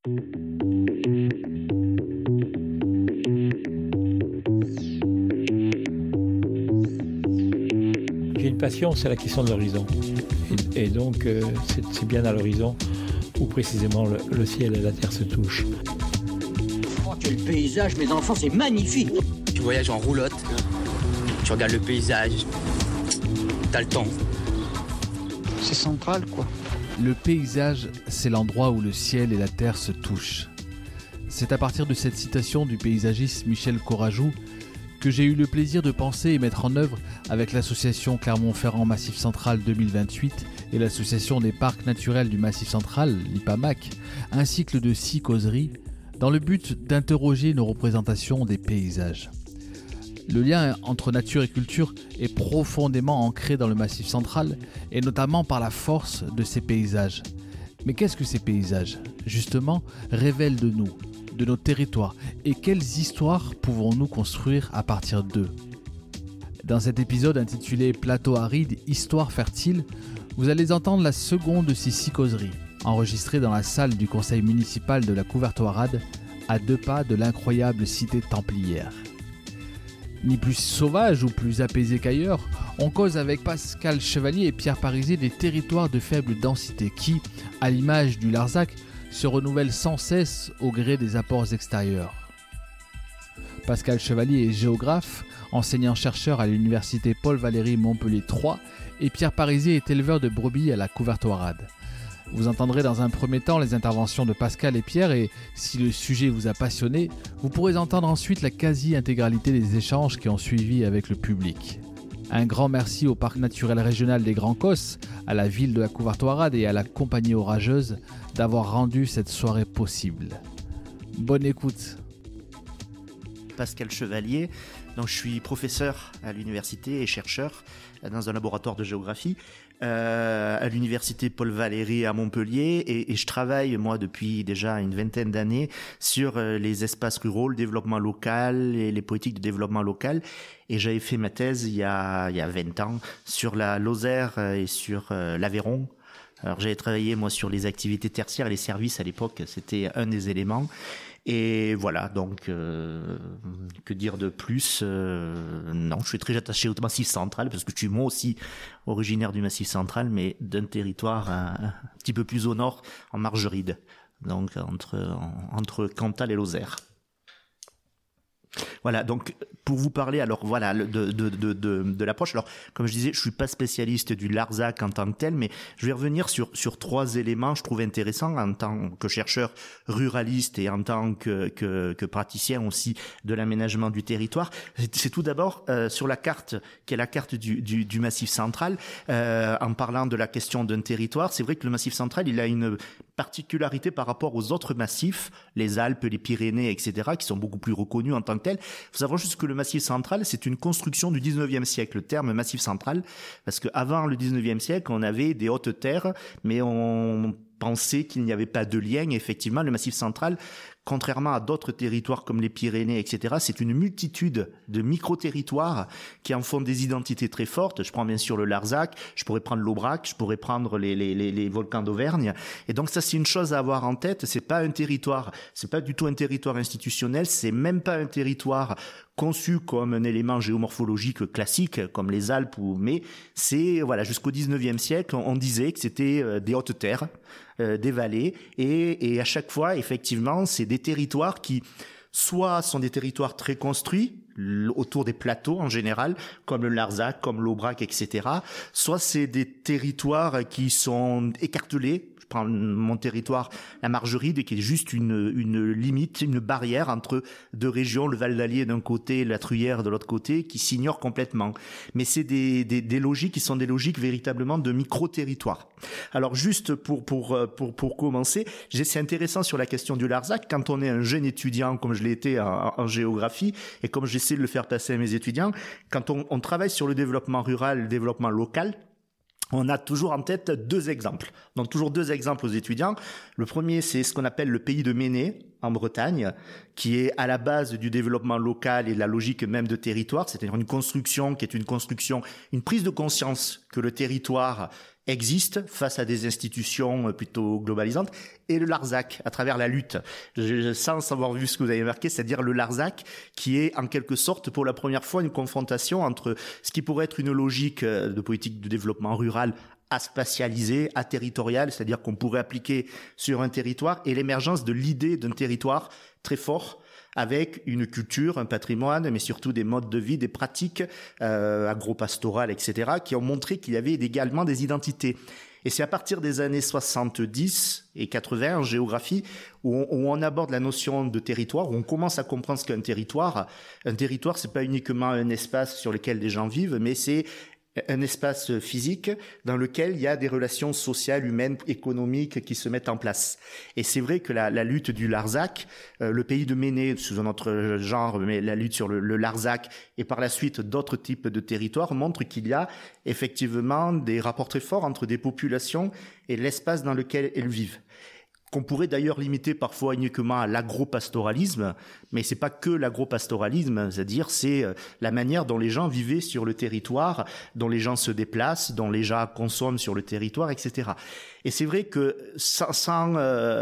J'ai une passion, c'est la question de l'horizon. Et donc, c'est bien à l'horizon où précisément le ciel et la terre se touchent. Oh, quel paysage, mes enfants, c'est magnifique! Tu voyages en roulotte, tu regardes le paysage, t'as le temps. C'est central, quoi. Le paysage, c'est l'endroit où le ciel et la terre se touchent. C'est à partir de cette citation du paysagiste Michel Corajou que j'ai eu le plaisir de penser et mettre en œuvre avec l'association Clermont-Ferrand Massif Central 2028 et l'association des parcs naturels du Massif Central, l'IPAMAC, un cycle de 6 causeries dans le but d'interroger nos représentations des paysages. Le lien entre nature et culture est profondément ancré dans le Massif Central et notamment par la force de ces paysages. Mais qu'est-ce que ces paysages, justement, révèlent de nous, de nos territoires et quelles histoires pouvons-nous construire à partir d'eux? Dans cet épisode intitulé Plateau aride, histoire fertile, vous allez entendre la seconde de ces 6 causeries, enregistrée dans la salle du conseil municipal de la Couvertoirade, à 2 pas de l'incroyable cité templière. Ni plus sauvage ou plus apaisé qu'ailleurs, on cause avec Pascal Chevalier et Pierre Parisé des territoires de faible densité qui, à l'image du Larzac, se renouvellent sans cesse au gré des apports extérieurs. Pascal Chevalier est géographe, enseignant-chercheur à l'université Paul-Valéry Montpellier 3 et Pierre Parisé est éleveur de brebis à la Couvertoirade. Vous entendrez dans un premier temps les interventions de Pascal et Pierre et, si le sujet vous a passionné, vous pourrez entendre ensuite la quasi-intégralité des échanges qui ont suivi avec le public. Un grand merci au Parc naturel régional des Grands Causses, à la ville de la Couvertoirade et à la Compagnie Orageuse d'avoir rendu cette soirée possible. Bonne écoute. Pascal Chevalier, donc je suis professeur à l'université et chercheur dans un laboratoire de géographie à l'université Paul-Valéry à Montpellier et je travaille moi depuis déjà une vingtaine d'années sur les espaces ruraux, le développement local et les politiques de développement local et j'avais fait ma thèse il y a 20 ans sur la Lozère et sur l'Aveyron. Alors j'avais travaillé moi sur les activités tertiaires et les services à l'époque, c'était un des éléments. Et voilà, donc que dire de plus non, je suis très attaché au Massif Central parce que je suis moi aussi originaire du Massif Central, mais d'un territoire un petit peu plus au nord, en Margeride, donc entre Cantal et Lozère. Voilà, donc pour vous parler alors voilà de l'approche. Alors comme je disais, je suis pas spécialiste du Larzac en tant que tel, mais je vais revenir sur 3 éléments je trouve intéressants en tant que chercheur ruraliste et en tant que praticien aussi de l'aménagement du territoire. C'est tout d'abord sur la carte qui est la carte du Massif Central. En parlant de la question d'un territoire, c'est vrai que le Massif Central il a une particularité par rapport aux autres massifs, les Alpes, les Pyrénées, etc., qui sont beaucoup plus reconnus en tant que tels. Il faut savoir juste que le Massif Central, c'est une construction du 19e siècle, le terme Massif Central, parce qu'avant le 19e siècle, on avait des hautes terres, mais on pensait qu'il n'y avait pas de lien. Effectivement, le Massif Central, contrairement à d'autres territoires comme les Pyrénées, etc., c'est une multitude de micro-territoires qui en font des identités très fortes. Je prends bien sûr le Larzac, je pourrais prendre l'Aubrac, je pourrais prendre les volcans d'Auvergne. Et donc ça, c'est une chose à avoir en tête. C'est pas un territoire, c'est pas du tout un territoire institutionnel, c'est même pas un territoire conçu comme un élément géomorphologique classique, comme les Alpes, mais c'est, voilà, jusqu'au 19e siècle, on disait que c'était des hautes terres, des vallées, et à chaque fois, effectivement, c'est des territoires qui, soit sont des territoires très construits, autour des plateaux en général, comme le Larzac, comme l'Aubrac, etc., soit c'est des territoires qui sont écartelés. Je prends mon territoire, la Margeride, qui est juste une limite, une barrière entre 2 régions, le Val d'Allier d'un côté et la Truyère de l'autre côté, qui s'ignorent complètement. Mais c'est des logiques qui sont des logiques véritablement de micro-territoires. Alors juste pour commencer, c'est intéressant sur la question du Larzac, quand on est un jeune étudiant, comme je l'ai été en géographie, et comme j'essaie de le faire passer à mes étudiants, quand on travaille sur le développement rural, le développement local, on a toujours en tête 2 exemples. Donc toujours 2 exemples aux étudiants. Le premier, c'est ce qu'on appelle le pays de Méné, en Bretagne, qui est à la base du développement local et de la logique même de territoire, c'est-à-dire une construction qui est une prise de conscience que le territoire existe face à des institutions plutôt globalisantes, et le Larzac, à travers la lutte. Sans avoir vu ce que vous avez marqué, c'est-à-dire le Larzac, qui est en quelque sorte pour la première fois une confrontation entre ce qui pourrait être une logique de politique de développement rural aspatialisée, aterritoriale, c'est-à-dire qu'on pourrait appliquer sur un territoire, et l'émergence de l'idée d'un territoire très fort, avec une culture, un patrimoine, mais surtout des modes de vie, des pratiques agro-pastorales, etc., qui ont montré qu'il y avait également des identités. Et c'est à partir des années 70 et 80 en géographie où on aborde la notion de territoire, où on commence à comprendre ce qu'est un territoire. Un territoire, c'est pas uniquement un espace sur lequel les gens vivent, mais c'est un espace physique dans lequel il y a des relations sociales, humaines, économiques qui se mettent en place. Et c'est vrai que la lutte du Larzac, le pays de Méné, sous un autre genre, mais la lutte sur le Larzac et par la suite d'autres types de territoires montrent qu'il y a effectivement des rapports très forts entre des populations et l'espace dans lequel elles vivent, qu'on pourrait d'ailleurs limiter parfois uniquement à l'agro-pastoralisme, mais c'est pas que l'agro-pastoralisme, c'est-à-dire c'est la manière dont les gens vivaient sur le territoire, dont les gens se déplacent, dont les gens consomment sur le territoire, etc. Et c'est vrai que sans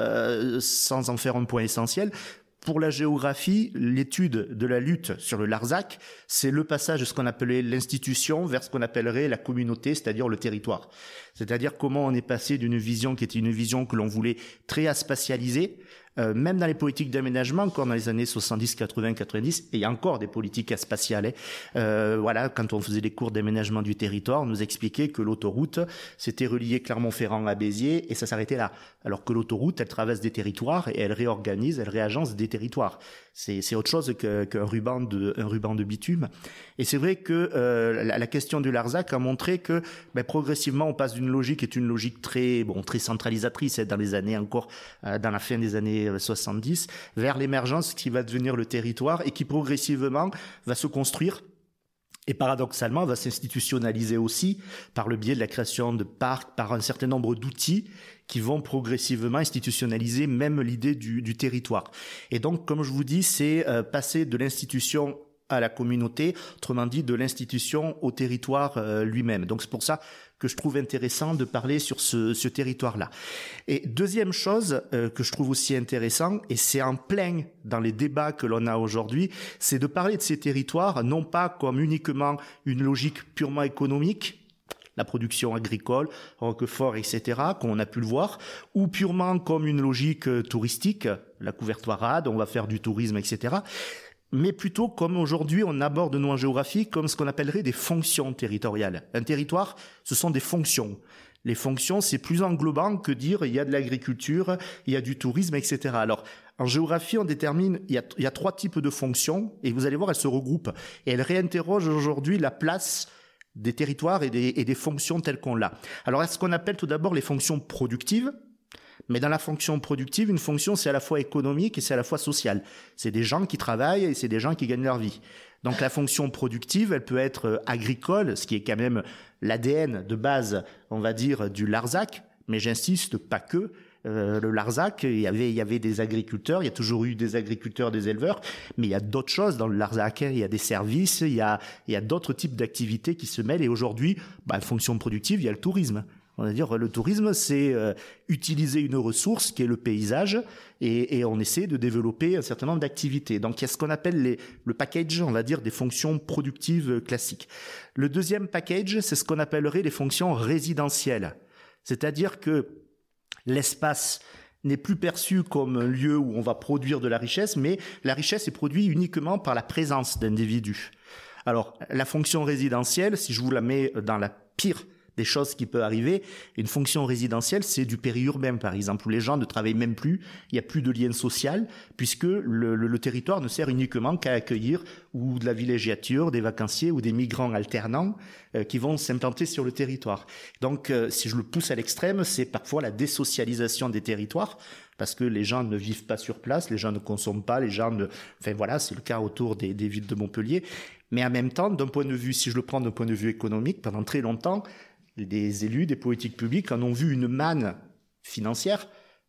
en faire un point essentiel, pour la géographie, l'étude de la lutte sur le Larzac, c'est le passage de ce qu'on appelait l'institution vers ce qu'on appellerait la communauté, c'est-à-dire le territoire. C'est-à-dire comment on est passé d'une vision qui était une vision que l'on voulait très aspatialisée, même dans les politiques d'aménagement, encore dans les années 70, 80, 90, et il y a encore des politiques aspatiales. Voilà, quand on faisait les cours d'aménagement du territoire, on nous expliquait que l'autoroute, c'était relié Clermont-Ferrand à Béziers, et ça s'arrêtait là. Alors que l'autoroute, elle traverse des territoires, et elle réorganise, elle réagence des territoires. C'est autre chose qu'un ruban de bitume. Et c'est vrai que la question du Larzac a montré que progressivement, on passe d'une logique qui est une logique très centralisatrice dans les années encore, dans la fin des années 70, vers l'émergence qui va devenir le territoire et qui progressivement va se construire et paradoxalement va s'institutionnaliser aussi par le biais de la création de parcs, par un certain nombre d'outils qui vont progressivement institutionnaliser même l'idée du territoire. Et donc, comme je vous dis, c'est passer de l'institution à la communauté, autrement dit de l'institution au territoire lui-même. Donc c'est pour ça que je trouve intéressant de parler sur ce territoire-là. Et deuxième chose que je trouve aussi intéressant, et c'est en plein dans les débats que l'on a aujourd'hui, c'est de parler de ces territoires non pas comme uniquement une logique purement économique, la production agricole, Roquefort, etc., qu'on a pu le voir, ou purement comme une logique touristique, la couvertoirade, on va faire du tourisme, etc., mais plutôt comme aujourd'hui on aborde nous en géographie comme ce qu'on appellerait des fonctions territoriales. Un territoire, ce sont des fonctions. Les fonctions, c'est plus englobant que dire il y a de l'agriculture, il y a du tourisme, etc. Alors, en géographie, on détermine, il y a 3 types de fonctions, et vous allez voir, elles se regroupent. Et elles réinterrogent aujourd'hui la place des territoires et des fonctions telles qu'on l'a. Alors, est-ce qu'on appelle tout d'abord les fonctions productives ? Mais dans la fonction productive, une fonction, c'est à la fois économique et c'est à la fois sociale. C'est des gens qui travaillent et c'est des gens qui gagnent leur vie. Donc la fonction productive, elle peut être agricole, ce qui est quand même l'ADN de base, on va dire, du Larzac. Mais j'insiste, pas que. Le Larzac, il y avait des agriculteurs, il y a toujours eu des agriculteurs, des éleveurs, mais il y a d'autres choses dans le Larzac. Il y a des services, il y a d'autres types d'activités qui se mêlent. Et aujourd'hui, fonction productive, il y a le tourisme. On va dire le tourisme, c'est utiliser une ressource qui est le paysage et on essaie de développer un certain nombre d'activités. Donc il y a ce qu'on appelle le package, on va dire, des fonctions productives classiques. Le deuxième package, c'est ce qu'on appellerait les fonctions résidentielles. C'est-à-dire que l'espace n'est plus perçu comme un lieu où on va produire de la richesse, mais la richesse est produite uniquement par la présence d'individus. Alors la fonction résidentielle, si je vous la mets dans la pire des choses qui peuvent arriver, une fonction résidentielle, c'est du périurbain, par exemple, où les gens ne travaillent même plus, il n'y a plus de lien social, puisque le territoire ne sert uniquement qu'à accueillir ou de la villégiature, des vacanciers ou des migrants alternants qui vont s'implanter sur le territoire. Donc, si je le pousse à l'extrême, c'est parfois la désocialisation des territoires, parce que les gens ne vivent pas sur place, les gens ne consomment pas, les gens ne... Enfin voilà, c'est le cas autour des villes de Montpellier. Mais en même temps, d'un point de vue, si je le prends d'un point de vue économique, pendant très longtemps, des élus, des politiques publiques en ont vu une manne financière,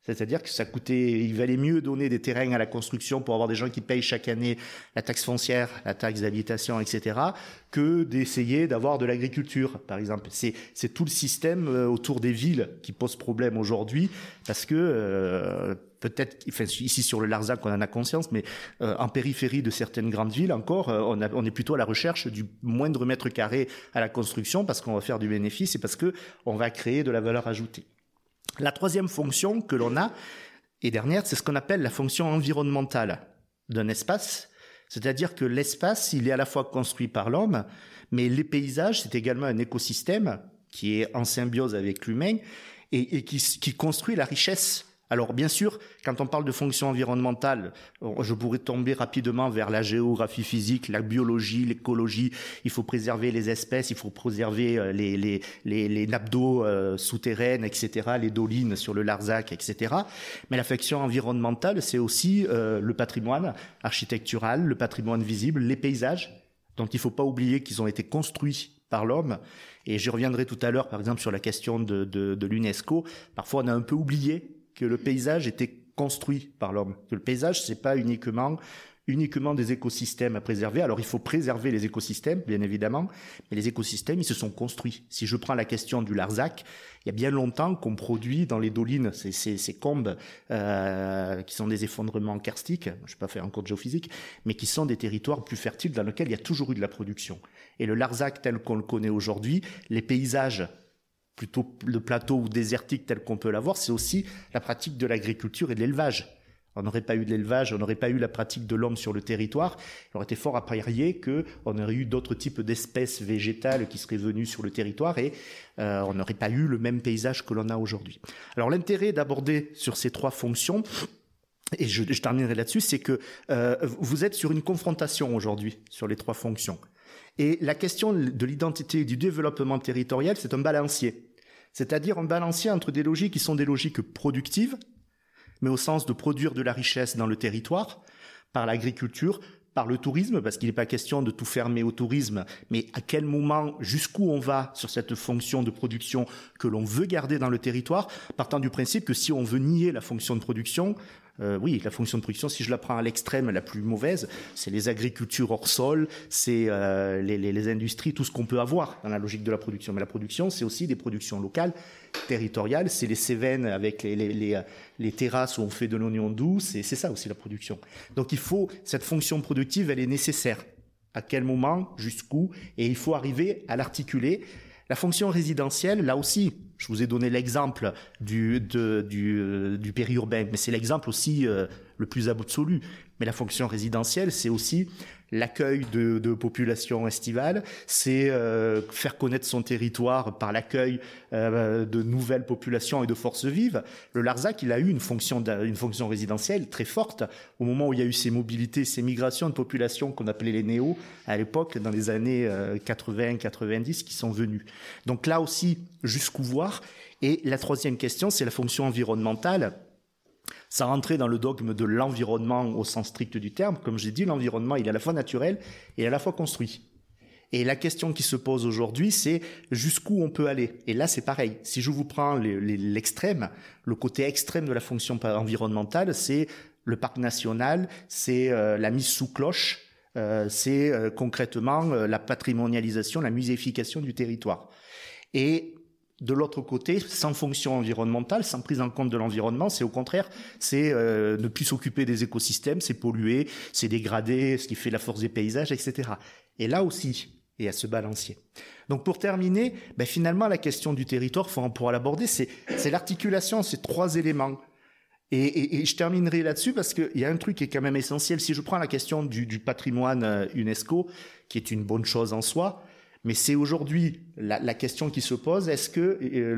C'est-à-dire que il valait mieux donner des terrains à la construction pour avoir des gens qui payent chaque année la taxe foncière, la taxe d'habitation, etc., que d'essayer d'avoir de l'agriculture, par exemple. C'est tout le système autour des villes qui pose problème aujourd'hui, parce que peut-être, enfin, ici sur le Larzac, on en a conscience, mais en périphérie de certaines grandes villes encore, on est plutôt à la recherche du moindre mètre carré à la construction, parce qu'on va faire du bénéfice et parce que on va créer de la valeur ajoutée. La troisième fonction que l'on a, et dernière, c'est ce qu'on appelle la fonction environnementale d'un espace. C'est-à-dire que l'espace, il est à la fois construit par l'homme, mais les paysages, c'est également un écosystème qui est en symbiose avec l'humain et qui construit la richesse. Alors bien sûr, quand on parle de fonction environnementale, je pourrais tomber rapidement vers la géographie physique, la biologie, l'écologie. Il faut préserver les espèces, il faut préserver les nappes d'eau souterraines, etc., les dolines sur le Larzac, etc. Mais la fonction environnementale, c'est aussi le patrimoine architectural, le patrimoine visible, les paysages. Donc il ne faut pas oublier qu'ils ont été construits par l'homme. Et je reviendrai tout à l'heure, par exemple, sur la question de l'UNESCO. Parfois, on a un peu oublié que le paysage était construit par l'homme. Que le paysage, c'est pas uniquement des écosystèmes à préserver. Alors, il faut préserver les écosystèmes, bien évidemment, mais les écosystèmes, ils se sont construits. Si je prends la question du Larzac, il y a bien longtemps qu'on produit dans les dolines ces combes qui sont des effondrements karstiques, je n'ai pas fait un cours de géophysique, mais qui sont des territoires plus fertiles dans lesquels il y a toujours eu de la production. Et le Larzac tel qu'on le connaît aujourd'hui, les paysages plutôt le plateau ou désertique tel qu'on peut l'avoir, c'est aussi la pratique de l'agriculture et de l'élevage. On n'aurait pas eu de l'élevage, on n'aurait pas eu la pratique de l'homme sur le territoire, il aurait été fort à parier qu'on aurait eu d'autres types d'espèces végétales qui seraient venues sur le territoire et on n'aurait pas eu le même paysage que l'on a aujourd'hui. Alors l'intérêt d'aborder sur ces trois fonctions, et je terminerai là-dessus, c'est que vous êtes sur une confrontation aujourd'hui sur les trois fonctions. Et la question de l'identité et du développement territorial, c'est un balancier. C'est-à-dire un balancier entre des logiques qui sont des logiques productives, mais au sens de produire de la richesse dans le territoire, par l'agriculture, par le tourisme, parce qu'il n'est pas question de tout fermer au tourisme, mais à quel moment, jusqu'où on va sur cette fonction de production que l'on veut garder dans le territoire, partant du principe que si on veut nier la fonction de production, oui, la fonction de production, si je la prends à l'extrême la plus mauvaise, c'est les agricultures hors sol, c'est les industries, tout ce qu'on peut avoir dans la logique de la production. Mais la production, c'est aussi des productions locales, territoriales, c'est les Cévennes avec les terrasses où on fait de l'oignon doux, c'est ça aussi la production. Donc il faut, cette fonction productive, elle est nécessaire. À quel moment, jusqu'où, et il faut arriver à l'articuler. La fonction résidentielle, là aussi, je vous ai donné l'exemple du périurbain, mais c'est l'exemple aussi le plus absolu. Mais la fonction résidentielle, c'est aussi l'accueil de populations estivales, c'est faire connaître son territoire par l'accueil de nouvelles populations et de forces vives. Le Larzac, il a eu une fonction résidentielle très forte au moment où il y a eu ces mobilités, ces migrations de populations qu'on appelait les néos à l'époque, dans les années 80-90 qui sont venues. Donc là aussi, jusqu'où voir. Et la troisième question, c'est la fonction environnementale. Sans rentrer dans le dogme de l'environnement au sens strict du terme, comme j'ai dit, l'environnement, il est à la fois naturel et à la fois construit. Et la question qui se pose aujourd'hui, c'est jusqu'où on peut aller. Et là, c'est pareil. Si je vous prends l'extrême, le côté extrême de la fonction environnementale, c'est le parc national, c'est la mise sous cloche, c'est concrètement la patrimonialisation, la muséification du territoire. Et de l'autre côté, sans fonction environnementale, sans prise en compte de l'environnement, c'est au contraire, c'est ne plus s'occuper des écosystèmes, c'est polluer, c'est dégrader, ce qui fait la force des paysages, etc. Et là aussi, il y a ce balancier. Donc pour terminer, finalement la question du territoire, on pourra l'aborder, c'est l'articulation de ces trois éléments. Et je terminerai là-dessus parce qu'il y a un truc qui est quand même essentiel. Si je prends la question du patrimoine UNESCO, qui est une bonne chose en soi, mais c'est aujourd'hui la question qui se pose, est-ce que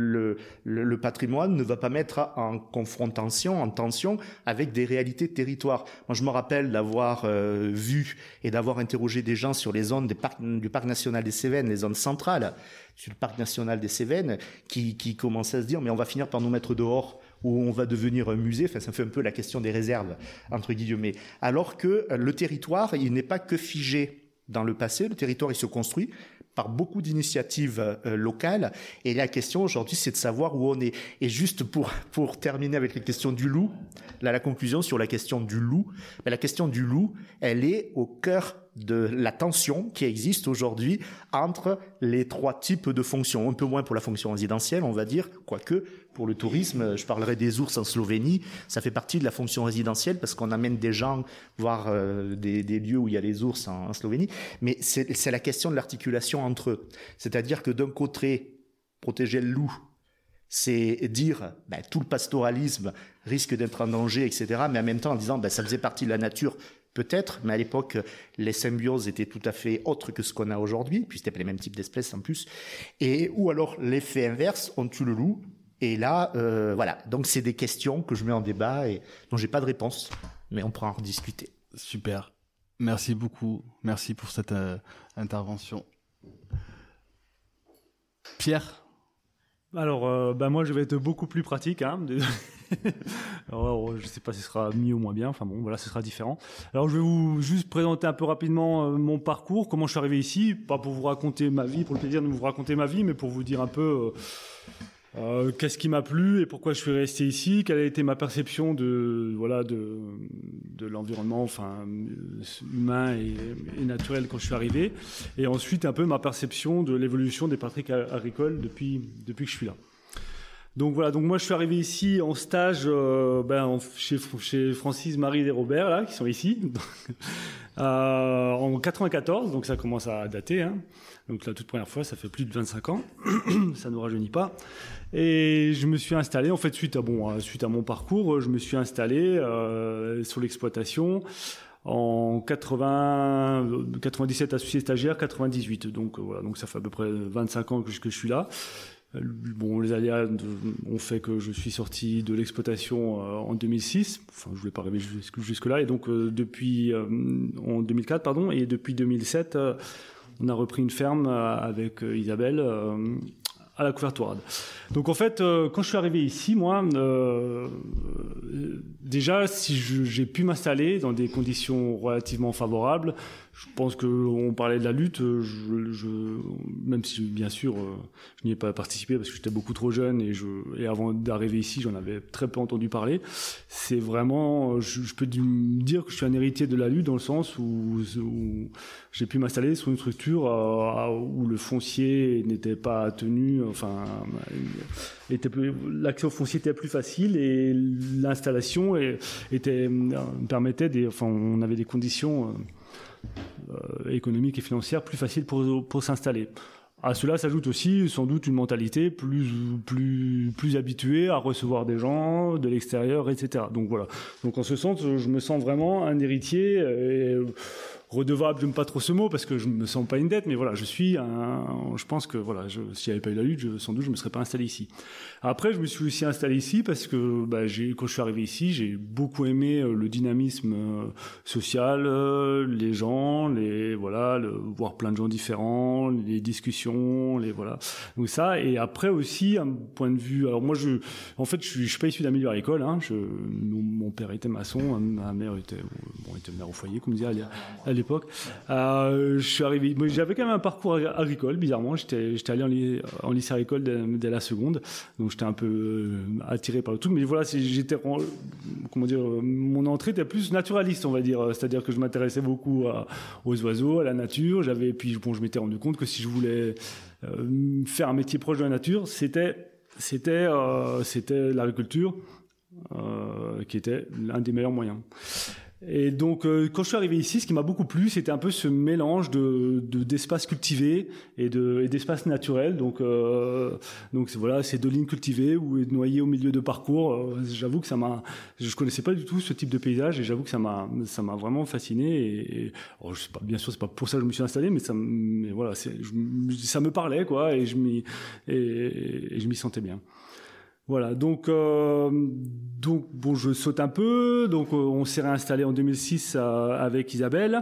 le patrimoine ne va pas mettre en confrontation, en tension avec des réalités de territoire? Moi, je me rappelle d'avoir vu et d'avoir interrogé des gens sur les zones du parc national des Cévennes, les zones centrales sur le parc national des Cévennes, qui commençaient à se dire, mais on va finir par nous mettre dehors, où on va devenir un musée. Enfin, ça fait un peu la question des réserves, entre guillemets. Alors que le territoire, il n'est pas que figé dans le passé. Le territoire, il se construit par beaucoup d'initiatives locales. Et la question aujourd'hui, c'est de savoir où on est. Et juste pour terminer avec la question du loup, là, la conclusion sur la question du loup, la question du loup, elle est au cœur de la tension qui existe aujourd'hui entre les trois types de fonctions. Un peu moins pour la fonction résidentielle, on va dire, quoique pour le tourisme, je parlerai des ours en Slovénie, ça fait partie de la fonction résidentielle parce qu'on amène des gens voir des lieux où il y a les ours en Slovénie, mais c'est la question de l'articulation entre eux. C'est-à-dire que d'un côté, protéger le loup, c'est dire tout le pastoralisme risque d'être en danger, etc., mais en même temps en disant ça faisait partie de la nature. Peut-être, mais à l'époque, les symbioses étaient tout à fait autres que ce qu'on a aujourd'hui, puis c'était pas les mêmes types d'espèces en plus. Ou alors, l'effet inverse, on tue le loup, et là, voilà. Donc, c'est des questions que je mets en débat et dont j'ai pas de réponse, mais on pourra en rediscuter. Super. Merci beaucoup. Merci pour cette intervention. Pierre ? Alors, moi, je vais être beaucoup plus pratique. Alors, je sais pas si ce sera mieux ou moins bien. Enfin bon, voilà, ce sera différent. Alors, je vais vous juste présenter un peu rapidement mon parcours, comment je suis arrivé ici. Pas pour vous raconter ma vie, pour le plaisir de vous raconter ma vie, mais pour vous dire un peu qu'est-ce qui m'a plu et pourquoi je suis resté ici, quelle a été ma perception de l'environnement, humain et naturel quand je suis arrivé, et ensuite un peu ma perception de l'évolution des pratiques agricoles depuis que je suis là. Donc voilà, moi je suis arrivé ici en stage chez Francis, Marie et Robert là qui sont ici en 94, donc ça commence à dater. Donc la toute première fois, ça fait plus de 25 ans, ça ne rajeunit pas. Et je me suis installé en fait suite à mon parcours, je me suis installé sur l'exploitation en 97 associé stagiaire, 98. Donc voilà, donc ça fait à peu près 25 ans que je suis là. Bon, les aléas ont fait que je suis sorti de l'exploitation en 2006. Enfin, je voulais pas arriver jusque-là. Et donc, en 2004, et depuis 2007, on a repris une ferme avec Isabelle à la Couvertoirade. Donc, en fait, quand je suis arrivé ici, moi, déjà, si j'ai pu m'installer dans des conditions relativement favorables, je pense qu'on parlait de la lutte, même si bien sûr je n'y ai pas participé parce que j'étais beaucoup trop jeune et avant d'arriver ici j'en avais très peu entendu parler. C'est vraiment, je peux dire que je suis un héritier de la lutte dans le sens où j'ai pu m'installer sur une structure où le foncier n'était pas tenu, l'accès au foncier était plus facile et l'installation permettait on avait des conditions économiques et financières plus faciles pour s'installer. À cela s'ajoute aussi sans doute une mentalité plus habituée à recevoir des gens de l'extérieur, etc. Donc voilà. Donc en ce sens, je me sens vraiment un héritier redevable, j'aime pas trop ce mot parce que je me sens pas une dette, mais voilà, je pense que voilà, s'il n'y avait pas eu la lutte, sans doute je me serais pas installé ici. Après, je me suis aussi installé ici parce que quand je suis arrivé ici, j'ai beaucoup aimé le dynamisme social, les gens, voir plein de gens différents, les discussions, donc ça. Et après aussi un point de vue. Alors moi, je suis pas issu d'un milieu agricole. Mon père était maçon, ma mère était mère au foyer, comme on disait à l'époque. Je suis arrivé, j'avais quand même un parcours agricole, bizarrement. J'étais allé en lycée agricole dès la seconde, donc j'étais un peu attiré par le tout. Mais voilà, mon entrée était plus naturaliste, on va dire. C'est-à-dire que je m'intéressais beaucoup aux oiseaux, à la nature. Je m'étais rendu compte que si je voulais faire un métier proche de la nature, c'était l'agriculture qui était l'un des meilleurs moyens. Et donc, quand je suis arrivé ici, ce qui m'a beaucoup plu, c'était un peu ce mélange d'espaces cultivés et d'espaces naturels. Donc ces 2 lignes cultivées ou noyées au milieu de parcours. J'avoue que je connaissais pas du tout ce type de paysage et j'avoue que ça m'a vraiment fasciné. Je sais pas, bien sûr, c'est pas pour ça que je me suis installé, mais ça me parlait, quoi, et je m'y sentais bien. Voilà, donc je saute un peu. Donc on s'est réinstallé en 2006 avec Isabelle.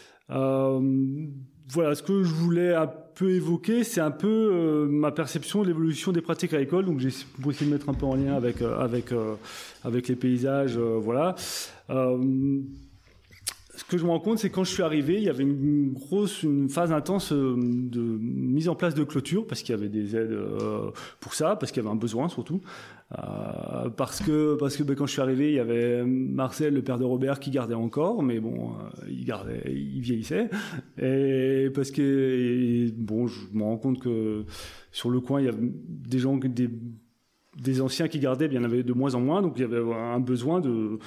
Voilà, ce que je voulais un peu évoquer, c'est un peu ma perception de l'évolution des pratiques agricoles. Donc j'ai essayé de mettre un peu en lien avec les paysages, voilà. Ce que je me rends compte, c'est que quand je suis arrivé, il y avait une phase intense de mise en place de clôture, parce qu'il y avait des aides pour ça, parce qu'il y avait un besoin surtout. Parce que quand je suis arrivé, il y avait Marcel, le père de Robert, qui gardait encore, mais bon, il vieillissait. Et parce que, je me rends compte que sur le coin, il y avait des gens, des anciens qui gardaient, bien il y en avait de moins en moins, donc il y avait un besoin de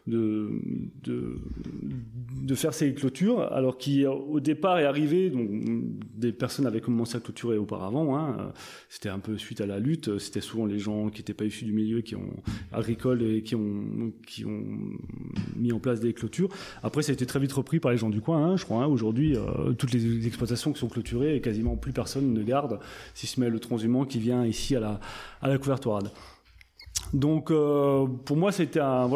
faire ces clôtures, alors qui au départ est arrivé, donc des personnes avaient commencé à clôturer auparavant, c'était un peu suite à la lutte, c'était souvent les gens qui n'étaient pas issus du milieu agricole et qui ont mis en place des clôtures. Après ça a été très vite repris par les gens du coin, je crois, aujourd'hui toutes les exploitations qui sont clôturées et quasiment plus personne ne garde, si ce n'est le transhumant qui vient ici à la couvertoirade. Donc pour moi c'était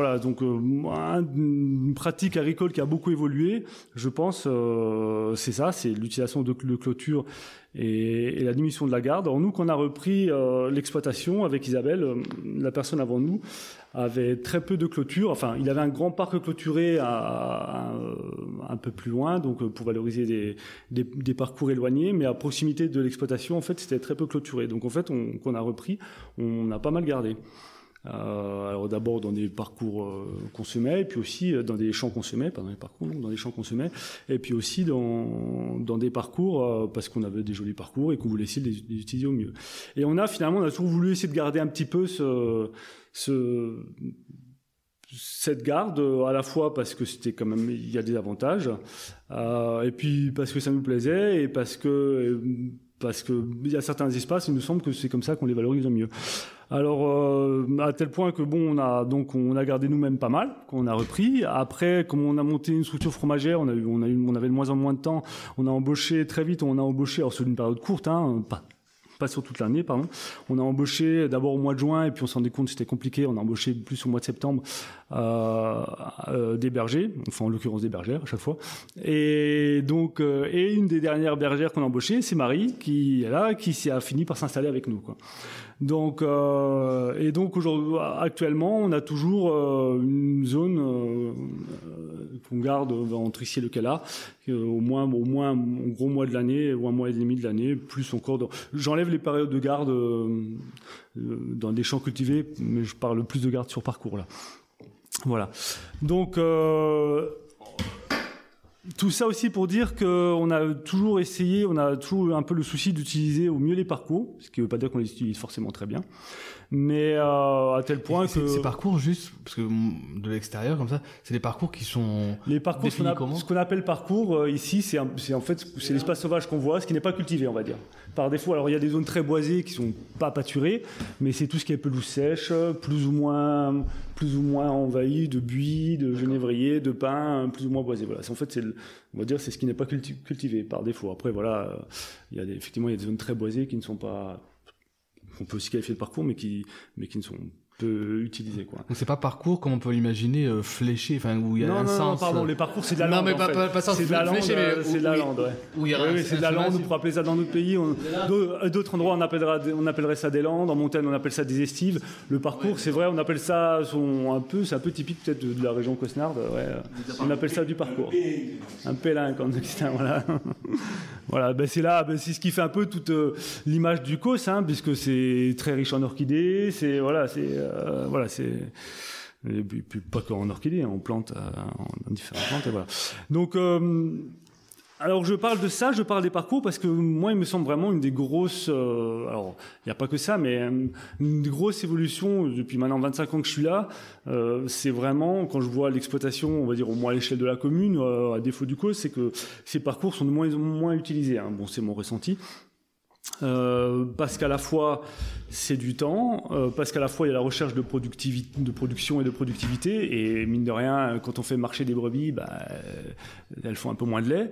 une pratique agricole qui a beaucoup évolué, je pense. C'est l'utilisation de clôture et la diminution de la garde. Alors nous, qu'on a repris l'exploitation avec Isabelle, la personne avant nous avait très peu de clôture. Enfin, il avait un grand parc clôturé un peu plus loin, donc pour valoriser des parcours éloignés, mais à proximité de l'exploitation, en fait, c'était très peu clôturé. Donc en fait, qu'on a repris, on a pas mal gardé. Alors d'abord dans des parcours qu'on semait, et puis aussi dans des champs qu'on semait, pas dans les parcours, non, dans des champs qu'on semait, et puis aussi dans des parcours parce qu'on avait des jolis parcours et qu'on voulait essayer de les utiliser au mieux. Et on a toujours voulu essayer de garder un petit peu cette garde, à la fois parce que c'était quand même, il y a des avantages, et puis parce que ça nous plaisait, et parce que il y a certains espaces, il nous semble que c'est comme ça qu'on les valorise le mieux. Alors à tel point que on a gardé nous-mêmes pas mal, qu'on a repris. Après, comme on a monté une structure fromagère, on avait de moins en moins de temps. On a embauché très vite. Alors sur une période courte, pas sur toute l'année, pardon. On a embauché d'abord au mois de juin, et puis on s'en rendait compte que c'était compliqué. On a embauché plus au mois de septembre des bergers, enfin en l'occurrence des bergères à chaque fois. Et donc, et une des dernières bergères qu'on a embauchées, c'est Marie, qui a fini par s'installer avec nous, quoi. Donc, aujourd'hui, actuellement, on a toujours une zone qu'on garde entre ici et le Cala, au moins un gros mois de l'année ou un mois et demi de l'année, plus encore. J'enlève les périodes de garde dans des champs cultivés, mais je parle plus de garde sur parcours là. Voilà. Donc tout ça aussi pour dire qu'on a toujours essayé, on a toujours un peu le souci d'utiliser au mieux les parcours, ce qui ne veut pas dire qu'on les utilise forcément très bien, mais à tel point que... Ces parcours, juste, parce que de l'extérieur, comme ça, c'est des parcours qui sont... Les parcours, ce qu'on appelle parcours, ici, c'est l'espace sauvage qu'on voit, ce qui n'est pas cultivé, on va dire. Par défaut, alors il y a des zones très boisées qui sont pas pâturées, mais c'est tout ce qui est pelouse sèche, plus ou moins envahi de buis, de genévrier, de pins, plus ou moins boisé. Voilà. En fait, on va dire, c'est ce qui n'est pas cultivé par défaut. Après, voilà, effectivement, il y a des zones très boisées qui ne sont pas, qu'on peut aussi qualifier de parcours, mais qui ne sont peu utilisés, quoi. Donc c'est pas parcours comme on peut l'imaginer, fléché, enfin où il y a un sens. Non, pardon, les parcours c'est de la lande. Non, mais pas sens fléché, mais c'est de la lande, ouais. Oui, c'est de la lande, on pourrait appeler ça dans d'autres pays. D'autres endroits, on appellerait ça des landes. En montagne, on appelle ça des estives. Le parcours, c'est vrai, on appelle ça c'est un peu typique peut-être de la région cosnarde. Ouais. On appelle ça du parcours. Un pélin, comme ça, voilà. Voilà, c'est c'est ce qui fait un peu toute l'image du Causse, puisque c'est très riche en orchidées. Et puis pas qu'en orchidées, on plante en différentes plantes, et voilà. Donc, alors je parle de ça, je parle des parcours parce que moi il me semble vraiment une des grosses, alors il n'y a pas que ça, mais une grosse évolution depuis maintenant 25 ans que je suis là, c'est vraiment quand je vois l'exploitation, on va dire au moins à l'échelle de la commune, à défaut du Causse, c'est que ces parcours sont de moins en moins utilisés. Bon, c'est mon ressenti. Parce qu'à la fois c'est du temps, parce qu'à la fois il y a la recherche de production et de productivité, et mine de rien quand on fait marcher des brebis, elles font un peu moins de lait.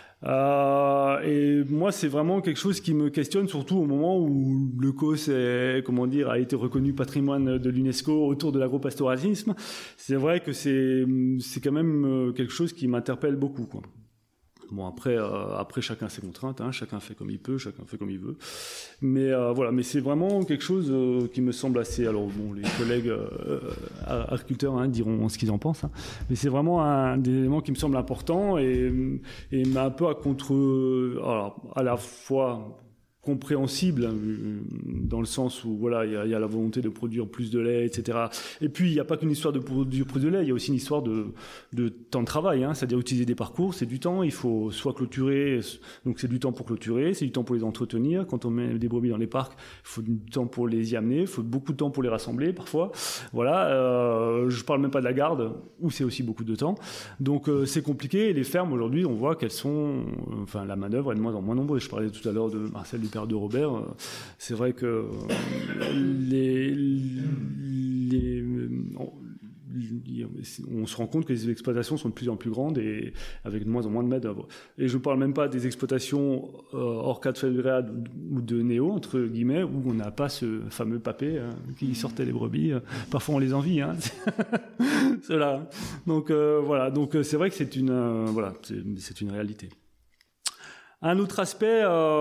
Et moi c'est vraiment quelque chose qui me questionne, surtout au moment où le Causse a été reconnu patrimoine de l'UNESCO autour de l'agropastoralisme. C'est vrai que c'est quand même quelque chose qui m'interpelle beaucoup, quoi. Bon, après chacun ses contraintes, hein, chacun fait comme il peut, chacun fait comme il veut. Mais voilà, mais c'est vraiment quelque chose qui me semble assez. Alors bon, les collègues agriculteurs diront ce qu'ils en pensent, hein, mais c'est vraiment un des éléments qui me semble important et m'a un peu à la fois compréhensible, dans le sens où voilà, il y a la volonté de produire plus de lait, etc. Et puis il n'y a pas qu'une histoire de produire plus de lait, il y a aussi une histoire de temps de travail, hein, c'est-à-dire utiliser des parcours, c'est du temps, il faut soit clôturer, donc c'est du temps pour clôturer, c'est du temps pour les entretenir, quand on met des brebis dans les parcs, il faut du temps pour les y amener, il faut beaucoup de temps pour les rassembler parfois, voilà, je parle même pas de la garde, où c'est aussi beaucoup de temps, donc c'est compliqué, et les fermes aujourd'hui, on voit qu'elles sont, la manœuvre est de moins en moins nombreuse, je parlais tout à l'heure de Marcel du père de Robert, c'est vrai que on se rend compte que les exploitations sont de plus en plus grandes et avec de moins en moins de main-d'œuvre. Et je ne parle même pas des exploitations hors cadre familial ou de néo, entre guillemets, où on n'a pas ce fameux papé qui sortait les brebis. Parfois on les envie, hein. Cela. Donc voilà, donc c'est vrai que c'est une réalité. Un autre aspect,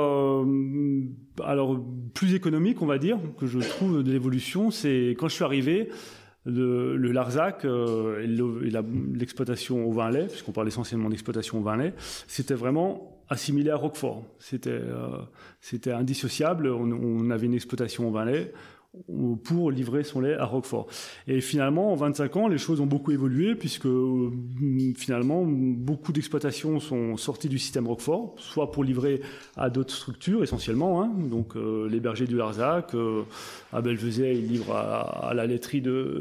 alors plus économique, on va dire, que je trouve de l'évolution, c'est quand je suis arrivé, le Larzac et l'exploitation au vin lait, puisqu'on parle essentiellement d'exploitation au vin lait, c'était vraiment assimilé à Roquefort. C'était indissociable. On avait une exploitation au vin lait pour livrer son lait à Roquefort. Et finalement, en 25 ans, les choses ont beaucoup évolué puisque finalement, beaucoup d'exploitations sont sorties du système Roquefort, soit pour livrer à d'autres structures essentiellement, hein, donc les bergers du Larzac, à Belvezet, ils livrent à la laiterie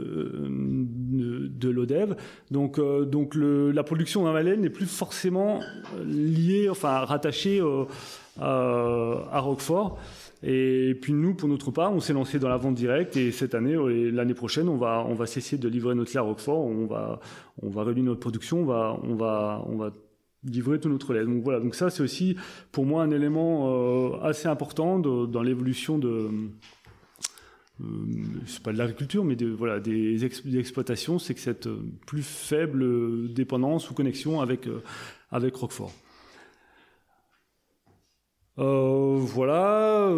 de l'Odève. Donc la production d'un lait n'est plus forcément liée, rattachée à Roquefort. Et puis nous, pour notre part, on s'est lancé dans la vente directe et cette année et l'année prochaine, on va cesser de livrer notre lait à Roquefort. On va réduire notre production. On va livrer tout notre lait. Donc voilà. Donc ça, c'est aussi pour moi un élément assez important dans l'évolution c'est pas de l'agriculture, mais des exploitations, c'est que cette plus faible dépendance ou connexion avec Roquefort. Voilà.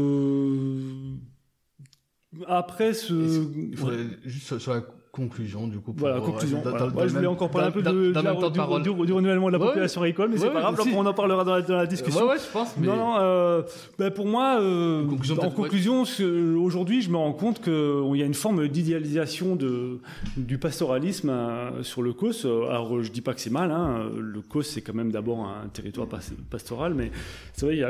Après il faudrait juste sur la conclusion du coup. Voilà, conclusion. Je voulais encore parler un peu du renouvellement de la population agricole, mais c'est pas grave. On en parlera dans la discussion. Ouais, je pense. Mais... Non. Pour moi, en conclusion, aujourd'hui, je me rends compte qu'il y a une forme d'idéalisation du pastoralisme sur le Causse. Alors, je dis pas que c'est mal. Hein. Le Causse, c'est quand même d'abord un territoire pastoral, mais c'est vrai,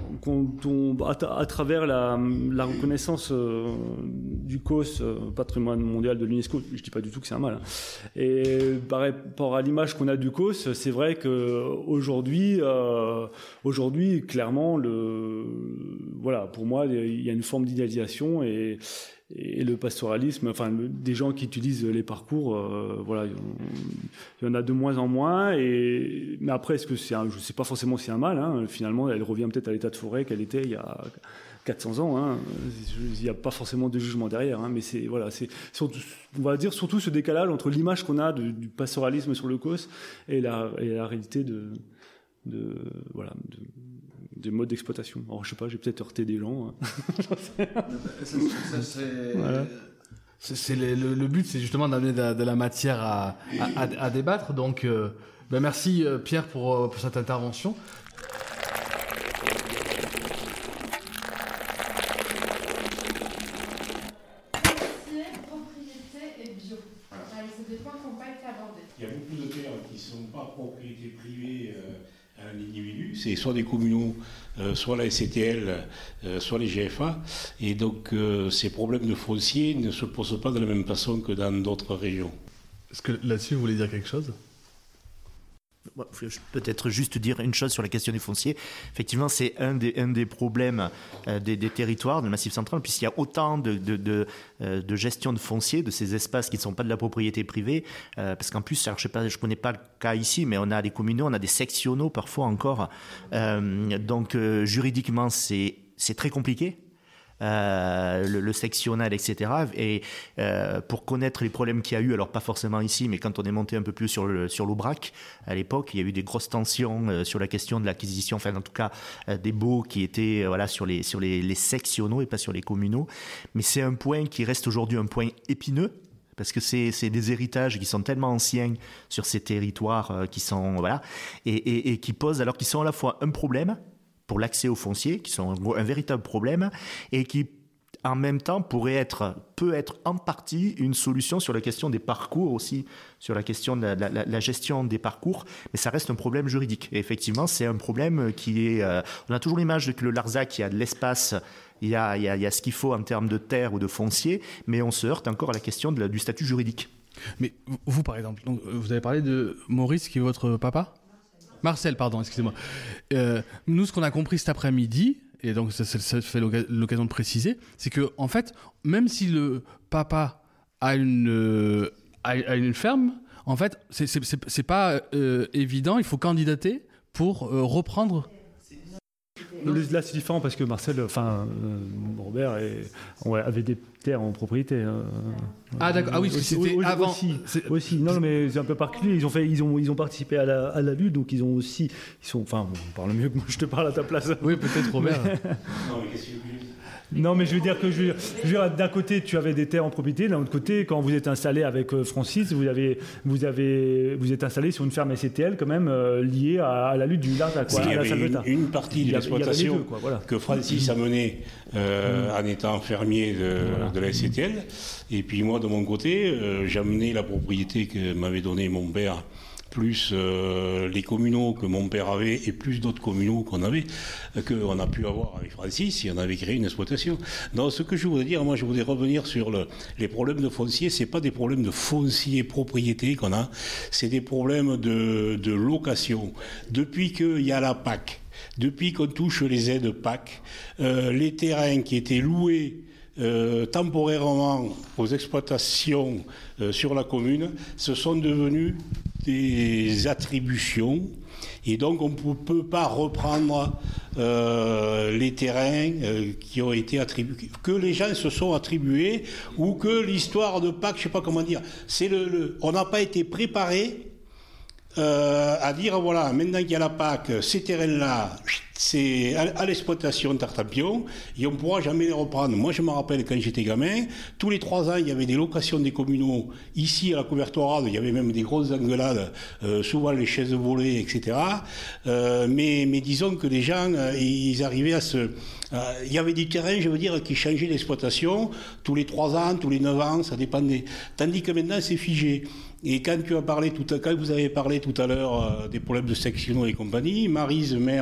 à travers la reconnaissance du Causse patrimoine mondial de l'UNESCO. Je dis pas du tout que c'est un mal. Hein. Et par rapport à l'image qu'on a du Causse, c'est vrai que aujourd'hui, clairement, pour moi, il y a une forme d'idéalisation et le pastoralisme, des gens qui utilisent les parcours, il y en a de moins en moins. Mais après, est-ce que je sais pas forcément si c'est un mal. Hein. Finalement, elle revient peut-être à l'état de forêt qu'elle était il y a 400 ans, hein. Il n'y a pas forcément de jugement derrière, hein, mais c'est surtout, on va dire surtout ce décalage entre l'image qu'on a du pastoralisme sur le Causse et la réalité des modes d'exploitation. Alors je sais pas, j'ai peut-être heurté des gens. Hein. Le but, c'est justement d'amener de la matière à débattre. Donc, merci Pierre pour cette intervention. Il y a beaucoup de terres qui ne sont pas propriété privée à un individu. C'est soit des communaux, soit la SCTL, soit les GFA. Et donc, ces problèmes de foncier ne se posent pas de la même façon que dans d'autres régions. Est-ce que là-dessus, vous voulez dire quelque chose ? Peut-être juste dire une chose sur la question du foncier. Effectivement, c'est un des problèmes des territoires, du Massif central, puisqu'il y a autant de gestion de foncier, de ces espaces qui ne sont pas de la propriété privée. Parce qu'en plus, alors je connais pas le cas ici, mais on a des communaux, on a des sectionaux parfois encore. Donc, juridiquement, c'est très compliqué. le sectionnal, etc. Et pour connaître les problèmes qu'il y a eu, alors pas forcément ici, mais quand on est monté un peu plus sur l'Aubrac, à l'époque, il y a eu des grosses tensions sur la question de l'acquisition, enfin en tout cas des baux qui étaient sur les sectionnaux et pas sur les communaux. Mais c'est un point qui reste aujourd'hui un point épineux, parce que c'est des héritages qui sont tellement anciens sur ces territoires qui sont et qui posent, alors qu'ils sont à la fois un problème pour l'accès au foncier, qui sont un véritable problème, et qui en même temps peut être en partie une solution sur la question des parcours aussi, sur la question de la gestion des parcours, mais ça reste un problème juridique. Et effectivement, c'est un problème qui est... on a toujours l'image que le Larzac, il y a de l'espace, il y a ce qu'il faut en termes de terre ou de foncier, mais on se heurte encore à la question du statut juridique. Mais vous, par exemple, donc, vous avez parlé de Maurice, qui est votre papa ? Marcel, pardon, excusez-moi. Nous, ce qu'on a compris cet après-midi, et donc ça fait l'occasion de préciser, c'est que en fait, même si le papa a une ferme, en fait, c'est pas évident. Il faut candidater pour reprendre. Là, c'est différent parce que Marcel, Robert avait des terres en propriété. Ah d'accord. Ah oui, c'était avant. Aussi. Non, mais c'est un peu particulier. Ils ont participé à la lutte, donc on parle mieux que moi. Je te parle à ta place. Oui, peut-être Robert. Non, mais qu'est-ce que Non, mais je veux dire que d'un côté, tu avais des terres en propriété, d'un autre côté, quand vous êtes installé avec Francis, vous êtes installé sur une ferme SCTL quand même liée à la lutte du Larzac. Il y avait une partie de l'exploitation que Francis a menée en étant fermier de la SCTL. Et puis moi, de mon côté, j'ai amené la propriété que m'avait donnée mon père, plus les communaux que mon père avait et plus d'autres communaux qu'on a pu avoir avec Francis, et on avait créé une exploitation. Donc ce que je voudrais dire, moi je voudrais revenir sur les problèmes de foncier. C'est pas des problèmes de foncier propriété qu'on a, c'est des problèmes de location. Depuis qu'il y a la PAC, depuis qu'on touche les aides PAC, les terrains qui étaient loués temporairement aux exploitations sur la commune, ce sont devenus des attributions, et donc on ne peut pas reprendre les terrains qui ont été attribués, que les gens se sont attribués, ou que l'histoire de Pâques, je ne sais pas comment dire, on n'a pas été préparé à dire voilà, maintenant qu'il y a la PAC, ces terrains-là, c'est à l'exploitation Tartampion, et on ne pourra jamais les reprendre. Moi, je me rappelle quand j'étais gamin, tous les 3 ans, il y avait des locations des communaux. Ici, à la Couvertoirade, il y avait même des grosses engueulades, souvent les chaises volées, etc. Mais disons que les gens, ils arrivaient à il y avait des terrains, je veux dire, qui changeaient d'exploitation tous les 3 ans, tous les 9 ans, ça dépendait. Tandis que maintenant, c'est figé. Et quand vous avez parlé tout à l'heure des problèmes de sectionnaux et compagnie, Maryse, maire,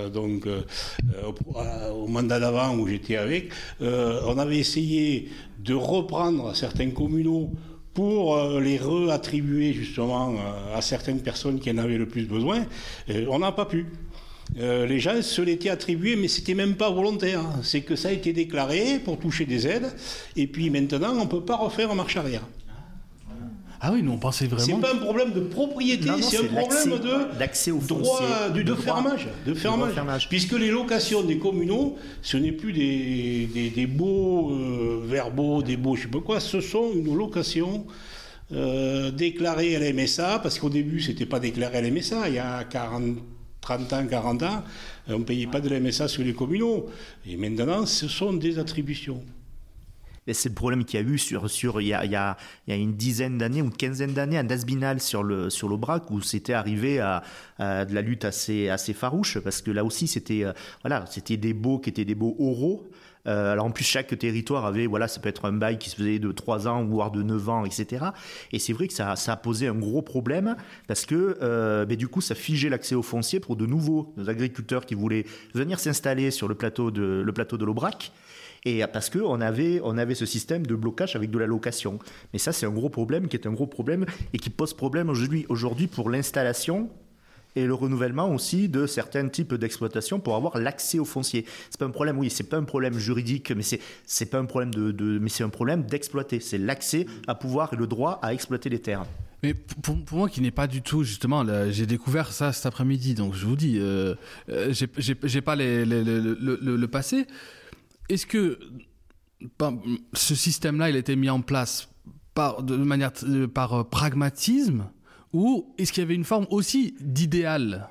au mandat d'avant où j'étais avec, on avait essayé de reprendre certains communaux pour les réattribuer justement à certaines personnes qui en avaient le plus besoin. On n'a pas pu. Les gens se l'étaient attribués, mais c'était même pas volontaire. C'est que ça a été déclaré pour toucher des aides, et puis maintenant on ne peut pas refaire en marche arrière. Ah oui, nous on pensait vraiment... C'est pas un problème de propriété, c'est un problème d'accès au droit, de fermage. Puisque les locations des communaux, ce n'est plus des baux verbaux, des baux je sais pas quoi, ce sont une location déclarée à la MSA, parce qu'au début c'était pas déclaré à la MSA, il y a 30 ans, on ne payait pas de la MSA sur les communaux. Et maintenant, ce sont des attributions. Et c'est le problème qu'il y a eu il y a une dizaine d'années ou une quinzaine d'années à Nasbinal sur l'Aubrac, où c'était arrivé à de la lutte assez farouche, parce que là aussi c'était des baux qui étaient des baux oraux. Alors en plus chaque territoire avait, ça peut être un bail qui se faisait de 3 ans voire de 9 ans, etc. Et c'est vrai que ça a posé un gros problème, parce que du coup ça figeait l'accès au foncier pour de nouveaux agriculteurs qui voulaient venir s'installer sur le plateau de l'Aubrac. Et parce qu'on avait ce système de blocage avec de la location. Mais ça, c'est un gros problème qui est un gros problème et qui pose problème aujourd'hui pour l'installation et le renouvellement aussi de certains types d'exploitation pour avoir l'accès au foncier. C'est pas un problème, c'est pas un problème juridique, mais c'est pas un problème mais c'est un problème d'exploiter. C'est l'accès à pouvoir et le droit à exploiter les terres. Mais pour moi qui n'est pas du tout, justement, j'ai découvert ça cet après-midi, donc je vous dis, j'ai pas le passé. est-ce que ce système-là, il a été mis en place par pragmatisme, ou est-ce qu'il y avait une forme aussi d'idéal?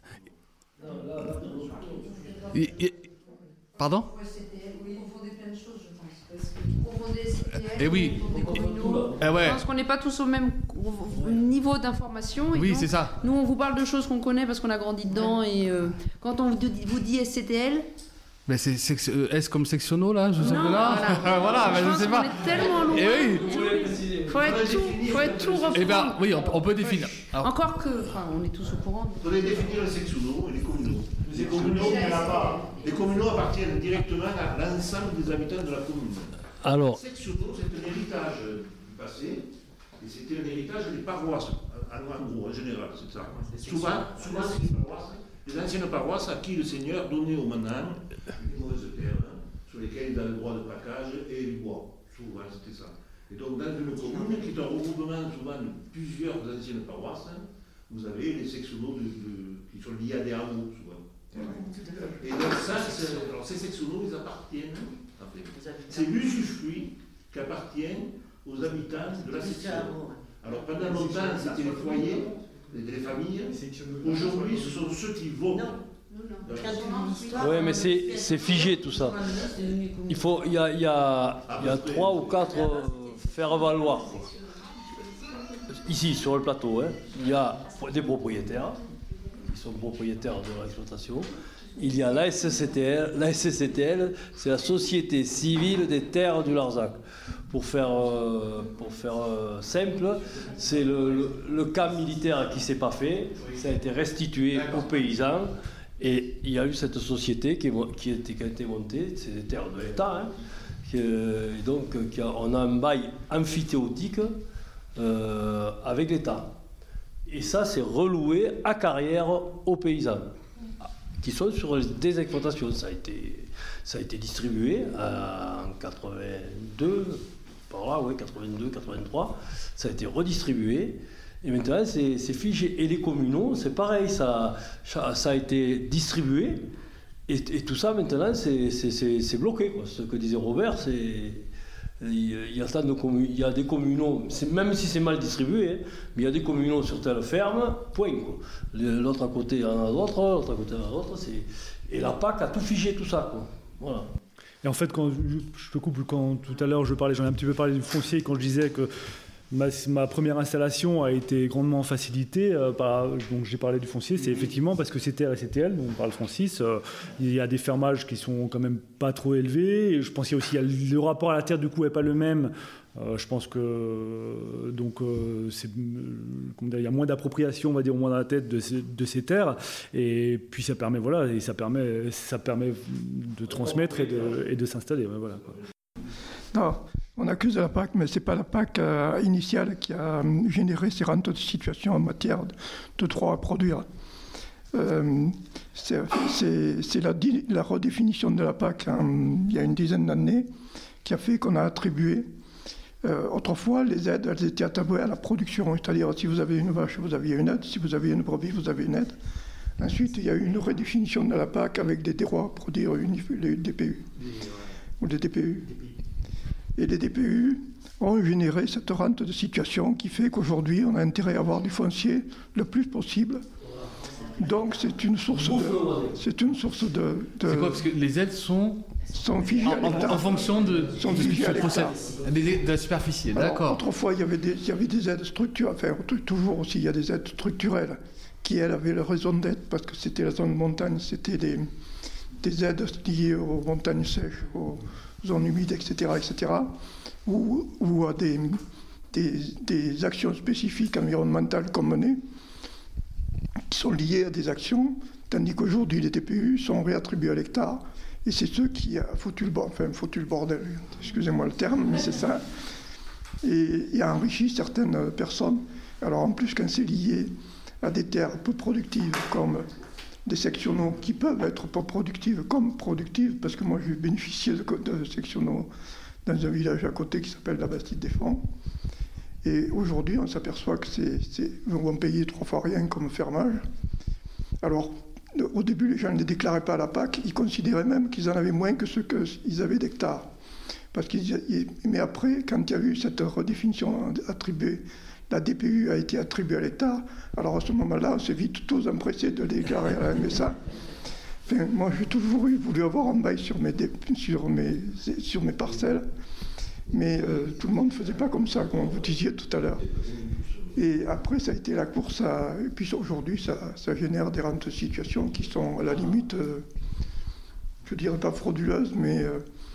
Pardon? Oui, on confondait plein de choses, je pense. Parce qu'on confondait CTL, Et oui. Je pense qu'on n'est pas tous au même niveau d'information. Oui, donc, c'est ça. Nous, on vous parle de choses qu'on connaît parce qu'on a grandi dedans. Et quand on vous dit SCTL... Mais c'est S comme sectionaux, là, je sais pas. Voilà, voilà, mais je sais pas. On est tellement loin. Et oui. Faut être tout reprendre. Eh bien, oui, on peut définir. Alors, encore que, on est tous au courant. Il faudrait définir les sectionaux et les communaux. Les communaux appartiennent directement à l'ensemble des habitants de la commune. Alors, Les sectionaux, c'est un héritage du passé, et c'était un héritage des paroisses, en gros, en général, c'est ça. Souvent, c'est les paroisses, les anciennes paroisses à qui le Seigneur donnait au manant des mauvaises terres, sur lesquelles il a le droit de package et du bois. Souvent, c'était ça. Et donc, dans une commune qui est un regroupement souvent de plusieurs anciennes paroisses, vous avez les sectionaux qui sont liés à des hameaux, souvent. Et donc ça, alors ces sectionaux, ils appartiennent, c'est l'usufruit qui appartient aux habitants de la section. Alors pendant longtemps, c'était les foyers, les familles. Aujourd'hui, ce sont ceux qui votent. Oui, mais c'est figé tout ça. Il y a 3 ou 4 faire-valoir. Ici, sur le plateau, il y a des propriétaires qui sont propriétaires de l'exploitation. Il y a la SCCTL. La SCCTL, c'est la Société Civile des Terres du Larzac. Pour faire simple, c'est le camp militaire qui ne s'est pas fait. Ça a été restitué aux paysans. Et il y a eu cette société qui a été montée, c'est des terres de l'État. Donc, on a un bail amphithéotique avec l'État. Et ça, c'est reloué à carrière aux paysans qui sont sur des exploitations. Ça a été distribué en 82, par là, 82, 83. Ça a été redistribué. Et maintenant, c'est figé. Et les communaux, c'est pareil, ça a été distribué. Et tout ça, maintenant, c'est bloqué, quoi. Ce que disait Robert, il y a des communaux, même si c'est mal distribué, mais il y a des communaux sur telle ferme, point, quoi. L'autre à côté, il y en a d'autres, l'autre à côté, il y en a d'autres. Et la PAC a tout figé, tout ça, quoi. Voilà. Et en fait, quand je te coupe, quand tout à l'heure j'en ai un petit peu parlé du foncier, quand je disais que ma première installation a été grandement facilitée donc j'ai parlé du foncier, c'est effectivement parce que c'était RSCTL, donc par le Francis, il y a des fermages qui sont quand même pas trop élevés, et je pense qu'il y a aussi le rapport à la terre du coup n'est pas le même. Je pense que donc il y a moins d'appropriation, on va dire, au moins dans la tête de ces terres, et puis ça permet de transmettre et de s'installer, voilà, quoi. Non, on accuse la PAC, mais ce n'est pas la PAC initiale qui a généré ces rentes de situation en matière de droit à produire. C'est la redéfinition de la PAC il y a une dizaine d'années qui a fait qu'on a attribué. Autrefois, les aides, elles étaient attribuées à la production, c'est-à-dire si vous avez une vache, vous aviez une aide, si vous avez une brebis, vous avez une aide. Ensuite, il y a eu une redéfinition de la PAC avec des droits à produire les DPU ou les DPU. Et les DPU ont généré cette rente de situation qui fait qu'aujourd'hui, on a intérêt à avoir du foncier le plus possible. Donc, c'est une source de... C'est quoi, parce que les aides sont figées en fonction de la superficie, d'accord. Autrefois, il y avait des aides structurelles, enfin, toujours aussi, il y a des aides structurelles qui, elles, avaient leur raison d'être, parce que c'était la zone de montagne, c'était des aides liées aux montagnes sèches, aux zones humides, etc., ou à des actions spécifiques environnementales qu'on menait, qui sont liées à des actions, tandis qu'aujourd'hui, les TPU sont réattribués à l'hectare, et c'est ceux qui ont foutu le bordel, excusez-moi le terme, mais c'est ça, et a enrichi certaines personnes. Alors en plus, quand c'est lié à des terres peu productives, comme des sectionaux qui peuvent être pas productives comme productives, parce que moi j'ai bénéficié de sectionaux dans un village à côté qui s'appelle la Bastide-des-Fonds. Et aujourd'hui, on s'aperçoit que on paye 3 fois rien comme fermage. Alors, au début, les gens ne les déclaraient pas à la PAC, ils considéraient même qu'ils en avaient moins que ce qu'ils avaient d'hectares. Mais après, quand il y a eu cette redéfinition attribuée, la DPU a été attribuée à l'État, alors à ce moment-là, on s'est vite tous empressés de déclarer à la MSA. Enfin, moi, j'ai toujours voulu avoir un bail sur mes parcelles, mais tout le monde ne faisait pas comme ça, comme vous disiez tout à l'heure. Et après, ça a été la course à... Et puis aujourd'hui, ça génère des rentes de situation qui sont à la limite, je ne dirais pas frauduleuses, mais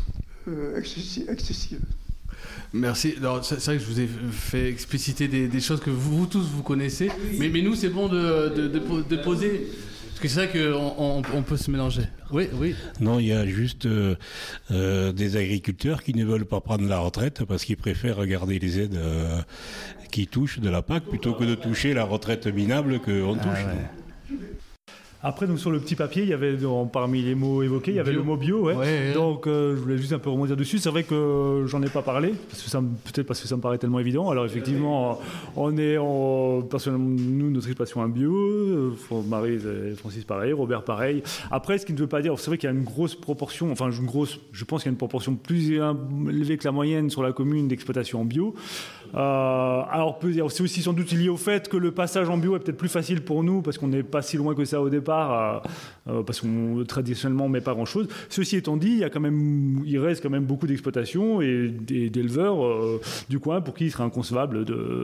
excessives. Merci. Alors, c'est vrai que je vous ai fait expliciter des choses que vous tous vous connaissez, mais nous, c'est bon de poser... Parce que c'est vrai qu'on peut se mélanger. Oui. Non, il y a juste des agriculteurs qui ne veulent pas prendre la retraite parce qu'ils préfèrent regarder les aides qui touchent de la PAC plutôt que de toucher la retraite minable qu'on touche. Ouais. Après, donc, sur le petit papier, il y avait parmi les mots évoqués, il y avait le mot bio. Ouais. Donc, je voulais juste un peu rebondir dessus. C'est vrai que j'en ai pas parlé, peut-être parce que ça me paraît tellement évident. Alors, effectivement, personnellement, nous, notre passion est bio. Marie et Francis, pareil. Robert, pareil. Après, ce qui ne veut pas dire... C'est vrai qu'il y a une grosse proportion... je pense qu'il y a une proportion plus élevée que la moyenne sur la commune d'exploitation en bio. Alors, c'est aussi sans doute lié au fait que le passage en bio est peut-être plus facile pour nous parce qu'on n'est pas si loin que ça au départ. Parce qu'on traditionnellement on met pas grand-chose. Ceci étant dit, il reste quand même beaucoup d'exploitations et d'éleveurs du coin pour qui il serait inconcevable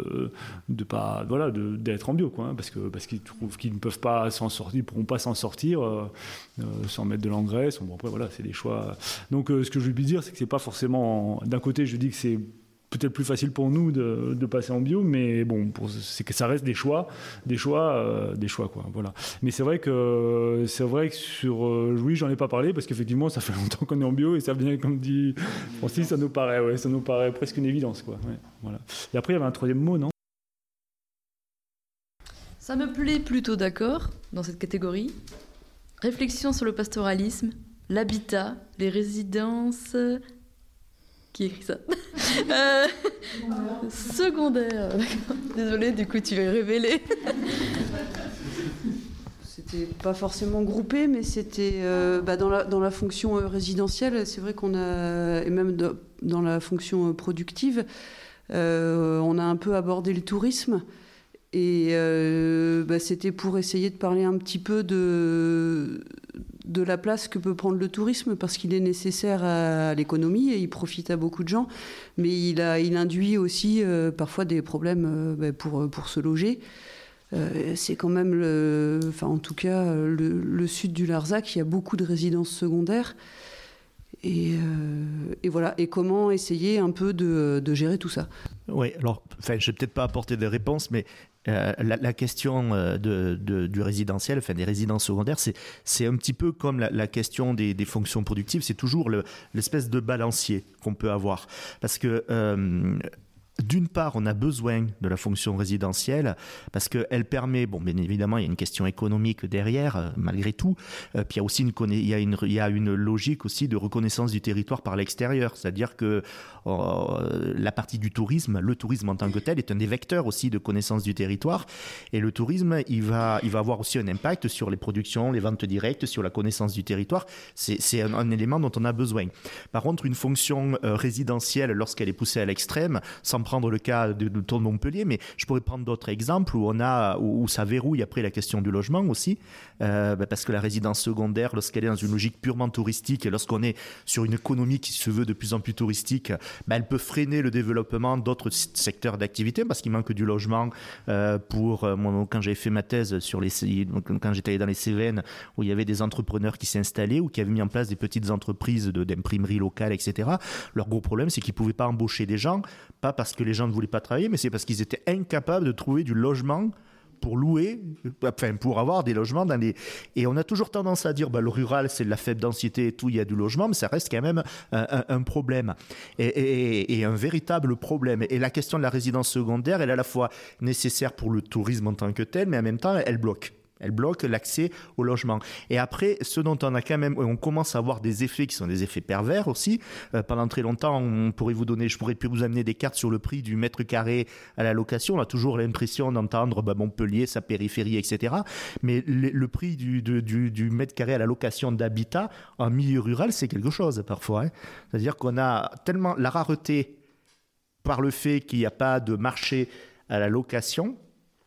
d'être en bio, quoi, parce qu'ils trouvent qu'ils ne peuvent pas s'en sortir, ils pourront pas s'en sortir sans mettre de l'engrais. Après voilà, c'est des choix. Donc ce que je veux dire, c'est que c'est pas forcément. D'un côté, je dis que c'est peut-être plus facile pour nous de passer en bio, mais bon, c'est que ça reste des choix, quoi. Voilà. Mais c'est vrai que sur oui, j'en ai pas parlé parce qu'effectivement, ça fait longtemps qu'on est en bio et ça vient, comme dit Francis, ça nous paraît presque une évidence, quoi. Ouais, voilà. Et après, il y avait un troisième mot, non ? Ça me plaît plutôt d'accord dans cette catégorie. Réflexion sur le pastoralisme, l'habitat, les résidences. Qui écrit ça secondaire. Désolée, du coup, tu l'as révélé. C'était pas forcément groupé, mais c'était dans la fonction résidentielle, c'est vrai qu'on a, et même dans la fonction productive, on a un peu abordé le tourisme. Et c'était pour essayer de parler un petit peu de la place que peut prendre le tourisme, parce qu'il est nécessaire à l'économie et il profite à beaucoup de gens, mais il induit aussi parfois des problèmes pour se loger. C'est quand même, en tout cas, le sud du Larzac, il y a beaucoup de résidences secondaires. Et voilà. Et comment essayer un peu de gérer tout ça ? Oui, alors, je ne vais peut-être pas apporter des réponses, mais la question du résidentiel, des résidences secondaires, c'est un petit peu comme la question des fonctions productives. C'est toujours l'espèce de balancier qu'on peut avoir. Parce que... d'une part, on a besoin de la fonction résidentielle parce qu'elle permet, bien évidemment, il y a une question économique derrière, malgré tout. Puis il y a aussi il y a une logique aussi de reconnaissance du territoire par l'extérieur. C'est-à-dire que la partie du tourisme, le tourisme en tant que tel, est un des vecteurs aussi de connaissance du territoire. Et le tourisme, il va avoir aussi un impact sur les productions, les ventes directes, sur la connaissance du territoire. C'est un élément dont on a besoin. Par contre, une fonction résidentielle, lorsqu'elle est poussée à l'extrême, sans prendre le cas de Tour de Montpellier, mais je pourrais prendre d'autres exemples où ça verrouille après la question du logement aussi, parce que la résidence secondaire, lorsqu'elle est dans une logique purement touristique et lorsqu'on est sur une économie qui se veut de plus en plus touristique, elle peut freiner le développement d'autres secteurs d'activité parce qu'il manque du logement. Quand j'avais fait ma thèse quand j'étais allé dans les Cévennes, où il y avait des entrepreneurs qui s'installaient ou qui avaient mis en place des petites entreprises d'imprimerie locale, etc. Leur gros problème, c'est qu'ils ne pouvaient pas embaucher des gens, pas parce que les gens ne voulaient pas travailler, mais c'est parce qu'ils étaient incapables de trouver du logement pour louer, pour avoir des logements dans les... Et on a toujours tendance à dire, le rural, c'est de la faible densité et tout, il y a du logement, mais ça reste quand même un problème. Et un véritable problème. Et la question de la résidence secondaire, elle est à la fois nécessaire pour le tourisme en tant que tel, mais en même temps, elle bloque. Elle bloque l'accès au logement. Et après, ce dont on commence à avoir des effets qui sont des effets pervers aussi. Pendant très longtemps, je pourrais vous amener des cartes sur le prix du mètre carré à la location. On a toujours l'impression d'entendre Montpellier, sa périphérie, etc. Mais le prix du mètre carré à la location d'habitat en milieu rural, c'est quelque chose parfois. C'est-à-dire qu'on a tellement la rareté par le fait qu'il n'y a pas de marché à la location,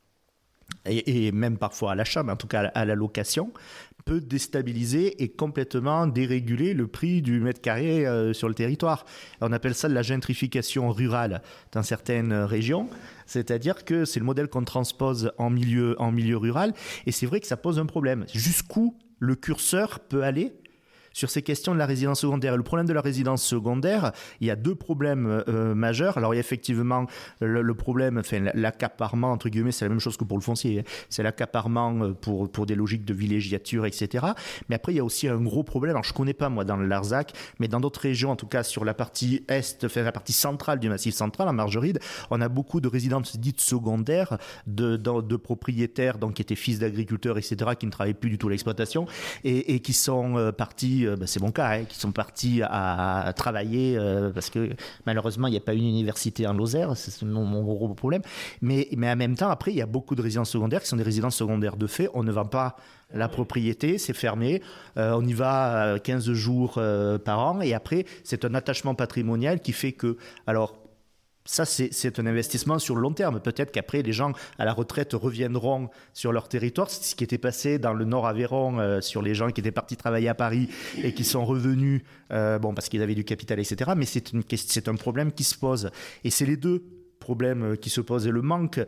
et même parfois à l'achat, mais en tout cas à la location, peut déstabiliser et complètement déréguler le prix du mètre carré sur le territoire. On appelle ça de la gentrification rurale dans certaines régions, c'est-à-dire que c'est le modèle qu'on transpose en milieu rural, et c'est vrai que ça pose un problème. Jusqu'où le curseur peut aller sur ces questions de la résidence secondaire. Le problème de la résidence secondaire, il y a deux problèmes majeurs. Alors, il y a effectivement le problème, l'accaparement, entre guillemets, c'est la même chose que pour le foncier. C'est l'accaparement pour des logiques de villégiature, etc. Mais après, il y a aussi un gros problème. Alors, je ne connais pas, moi, dans le Larzac, mais dans d'autres régions, en tout cas sur la partie est, la partie centrale du Massif central, en Margeride, on a beaucoup de résidences dites secondaires de propriétaires donc, qui étaient fils d'agriculteurs, etc., qui ne travaillaient plus du tout à l'exploitation et qui sont partis, c'est mon cas, qui sont partis à travailler parce que malheureusement il n'y a pas une université en Lozère, c'est mon gros problème. Mais en même temps, après, il y a beaucoup de résidences secondaires qui sont des résidences secondaires de fait. On ne vend pas la propriété, c'est fermé, on y va 15 jours par an, et après c'est un attachement patrimonial qui fait que, alors ça, c'est un investissement sur le long terme. Peut-être qu'après, les gens à la retraite reviendront sur leur territoire. C'est ce qui était passé dans le Nord Aveyron sur les gens qui étaient partis travailler à Paris et qui sont revenus parce qu'ils avaient du capital, etc. Mais c'est un problème qui se pose. Et c'est les deux problèmes qui se posent. Et le manque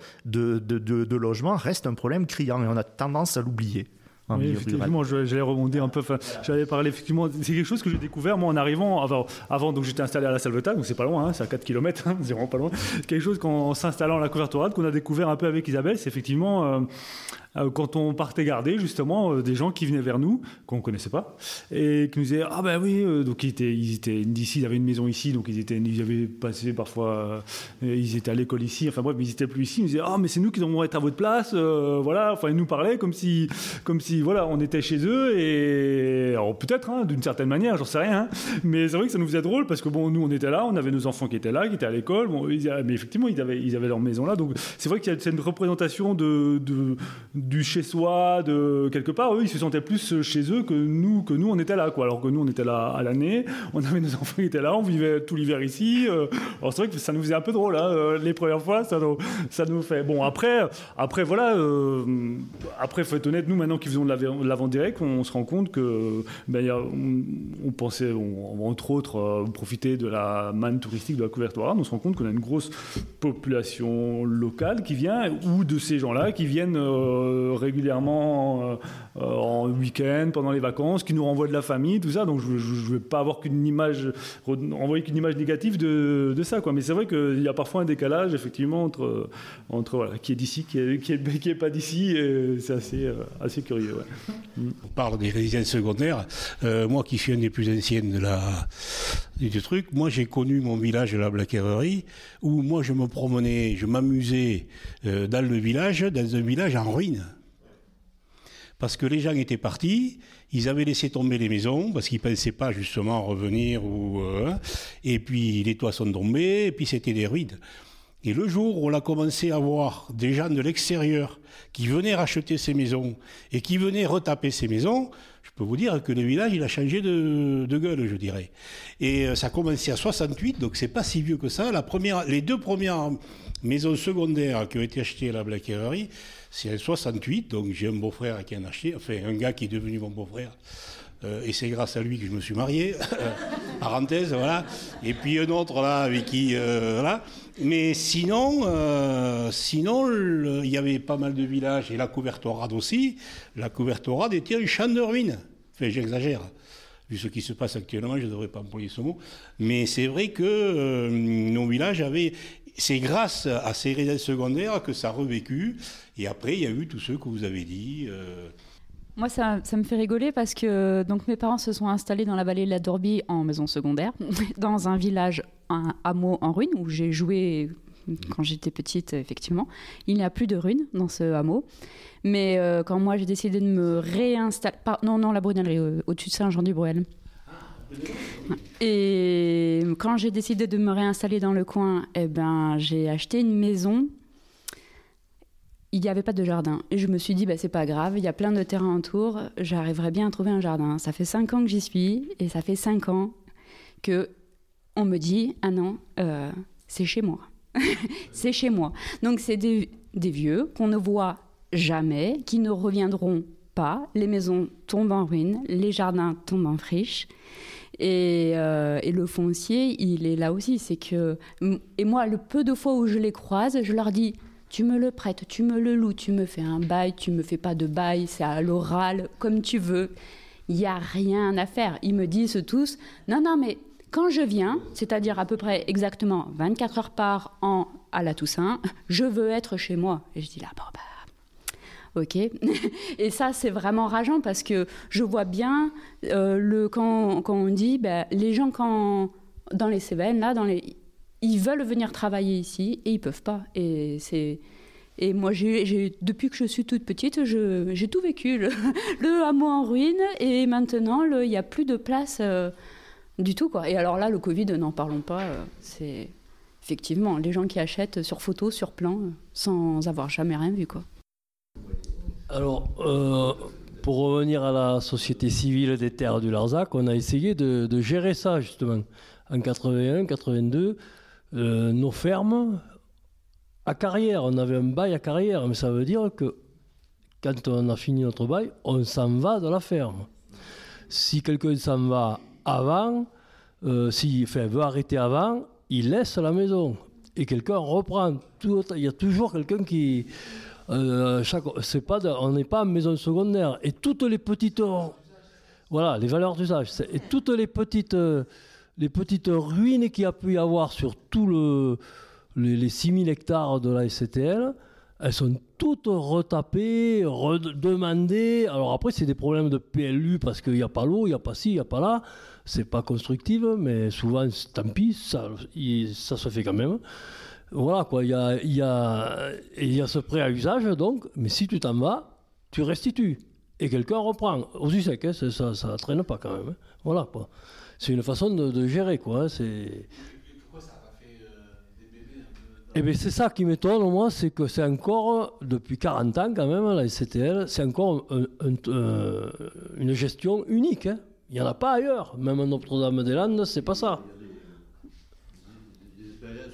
de logement reste un problème criant. Et on a tendance à l'oublier. Oui, effectivement, j'allais rebondir un peu. J'allais parler, effectivement, c'est quelque chose que j'ai découvert moi en arrivant. Avant donc j'étais installé à la Salvetat, donc c'est pas loin, c'est à 4 km, c'est vraiment pas loin. Quelque chose qu'en s'installant à la Couvertorade, qu'on a découvert un peu avec Isabelle, c'est effectivement quand on partait garder, justement, des gens qui venaient vers nous, qu'on ne connaissait pas, et qui nous disaient ah ben oui, donc ils étaient d'ici, ils avaient une maison ici, donc ils avaient passé parfois, ils étaient à l'école ici, enfin bref, mais ils n'étaient plus ici. Ils nous disaient ah mais c'est nous qui devons être à votre place, voilà. Enfin ils nous parlaient comme si voilà on était chez eux, et alors peut-être d'une certaine manière, j'en sais rien, mais c'est vrai que ça nous faisait drôle parce que bon, nous on était là, on avait nos enfants qui étaient là, qui étaient à l'école, mais effectivement ils avaient leur maison là, donc c'est vrai qu'il y a une représentation du chez-soi, de quelque part, eux, ils se sentaient plus chez eux que nous on était là, quoi. Alors que nous, on était là à l'année, on avait nos enfants qui étaient là, on vivait tout l'hiver ici. Alors c'est vrai que ça nous faisait un peu drôle, les premières fois, ça nous fait. Bon, après, voilà, après, faut être honnête, nous, maintenant qui faisons de la vente directe, on se rend compte que, on pensait, entre autres, profiter de la manne touristique de la Couvertorade, on se rend compte qu'on a une grosse population locale qui vient, ou de ces gens-là qui viennent régulièrement en week-end, pendant les vacances, qui nous renvoient de la famille, tout ça. Donc je ne vais pas avoir renvoyer qu'une image négative de ça, quoi. Mais c'est vrai qu'il y a parfois un décalage, effectivement, entre voilà, qui est d'ici, qui est pas d'ici, et c'est assez curieux. Ouais. On parle des résidences secondaires. Moi qui suis un des plus anciens du truc, moi j'ai connu mon village de la Blaquererie, où moi je me promenais, je m'amusais dans un village en ruine. Parce que les gens étaient partis, ils avaient laissé tomber les maisons, parce qu'ils ne pensaient pas justement revenir, et puis les toits sont tombés, et puis c'était des ruines. Et le jour où on a commencé à voir des gens de l'extérieur qui venaient racheter ces maisons, et qui venaient retaper ces maisons, je peux vous dire que le village, il a changé de gueule, je dirais. Et ça a commencé à 68, donc c'est pas si vieux que ça. Les deux premières maisons secondaires qui ont été achetées à la Blaquererie, c'est en 68, donc j'ai un beau-frère qui en a acheté, enfin un gars qui est devenu mon beau-frère, et c'est grâce à lui que je me suis marié, parenthèse, voilà, et puis un autre là, avec qui, voilà. Mais sinon, il y avait pas mal de villages, et la Couvertorade aussi. La Couvertorade était un champ de ruines, enfin j'exagère, vu ce qui se passe actuellement, je ne devrais pas employer ce mot, mais c'est vrai que nos villages avaient... C'est grâce à ces résidences secondaires que ça a revécu. Et après, il y a eu tous ceux que vous avez dit. Moi, ça me fait rigoler parce que donc, mes parents se sont installés dans la vallée de la Dorbie en maison secondaire, dans un village, un hameau en ruine, où j'ai joué quand j'étais petite, effectivement. Il n'y a plus de runes dans ce hameau. Mais quand moi, j'ai décidé de me réinstaller... Non, la Brunellerie, au-dessus de Saint-Jean-du-Bruel. Et quand j'ai décidé de me réinstaller dans le coin, j'ai acheté une maison. Il n'y avait pas de jardin. Et je me suis dit, c'est pas grave, il y a plein de terrains autour, j'arriverai bien à trouver un jardin. Ça fait 5 ans que j'y suis, et ça fait 5 ans qu'on me dit, ah non, c'est chez moi. C'est chez moi. Donc c'est des vieux qu'on ne voit jamais, qui ne reviendront pas. Les maisons tombent en ruine, les jardins tombent en friche. Et le foncier, il est là aussi. Et moi, le peu de fois où je les croise, je leur dis, tu me le prêtes, tu me le loues, tu me fais un bail, tu me fais pas de bail, c'est à l'oral, comme tu veux. Il n'y a rien à faire. Ils me disent tous, non, mais quand je viens, c'est-à-dire à peu près exactement 24 heures par an à la Toussaint, je veux être chez moi. Et je dis là, ok. Et ça, c'est vraiment rageant parce que je vois bien quand on dit, les gens dans les Cévennes, là, ils veulent venir travailler ici et ils peuvent pas. Et moi, depuis que je suis toute petite, j'ai tout vécu. Le hameau en ruine et maintenant, il n'y a plus de place du tout, quoi. Et alors là, le Covid, n'en parlons pas. C'est effectivement les gens qui achètent sur photo, sur plan, sans avoir jamais rien vu, quoi. Alors, pour revenir à la société civile des terres du Larzac, on a essayé de gérer ça, justement. En 81, 82, nos fermes à carrière, on avait un bail à carrière, mais ça veut dire que quand on a fini notre bail, on s'en va de la ferme. Si quelqu'un s'en va avant, veut arrêter avant, il laisse la maison et quelqu'un reprend. Il y a toujours quelqu'un qui... on n'est pas en maison secondaire. Et toutes les petites... Voilà, les valeurs d'usage. Et toutes les petites ruines qu'il y a pu y avoir sur tous les 6000 hectares de la SCTL, elles sont toutes retapées, redemandées. Alors après, c'est des problèmes de PLU parce qu'il n'y a pas l'eau, il n'y a pas ci, il n'y a pas là. C'est pas constructif, mais souvent, tant pis, ça se fait quand même. Voilà, quoi. Il y a ce prêt à usage, donc, mais si tu t'en vas, tu restitues. Et quelqu'un reprend. Aussi sec, hein, ça traîne pas quand même. Hein. Voilà, quoi. C'est une façon de gérer, quoi. Pourquoi ça n'a pas fait des bébés un peu... Eh bien, c'est ça qui m'étonne, moi, c'est que c'est encore, depuis 40 ans quand même, la SCTL, c'est encore une gestion unique. Hein. Il n'y en a pas ailleurs. Même à Notre-Dame-des-Landes, c'est pas ça. Des expériences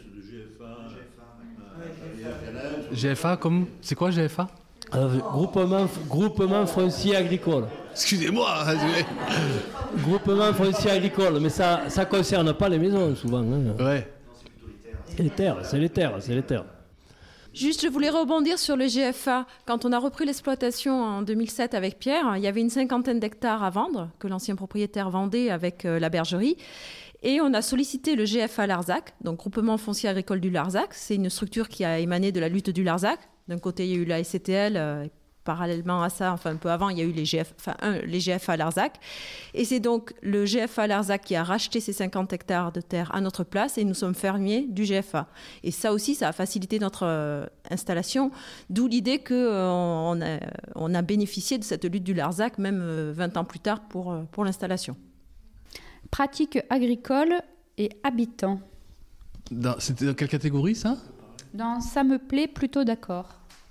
de GFA, comme... C'est quoi GFA ? Groupement foncier agricole. Excusez-moi. Groupement foncier agricole, mais ça ne concerne pas les maisons souvent. Hein. Ouais. C'est les terres. Juste, je voulais rebondir sur le GFA. Quand on a repris l'exploitation en 2007 avec Pierre, il y avait une 50aine d'hectares à vendre, que l'ancien propriétaire vendait avec la bergerie. Et on a sollicité le GFA Larzac, donc Groupement foncier agricole du Larzac. C'est une structure qui a émané de la lutte du Larzac. D'un côté, il y a eu la SCTL. Parallèlement à ça, enfin un peu avant, il y a eu les GFA Larzac. Et c'est donc le GFA Larzac qui a racheté ces 50 hectares de terre à notre place et nous sommes fermiers du GFA. Et ça aussi, ça a facilité notre installation, d'où l'idée qu'on a bénéficié de cette lutte du Larzac, même 20 ans plus tard, pour l'installation. Pratiques agricoles et habitants. C'était dans quelle catégorie, ça ? Dans ça me plaît, plutôt d'accord.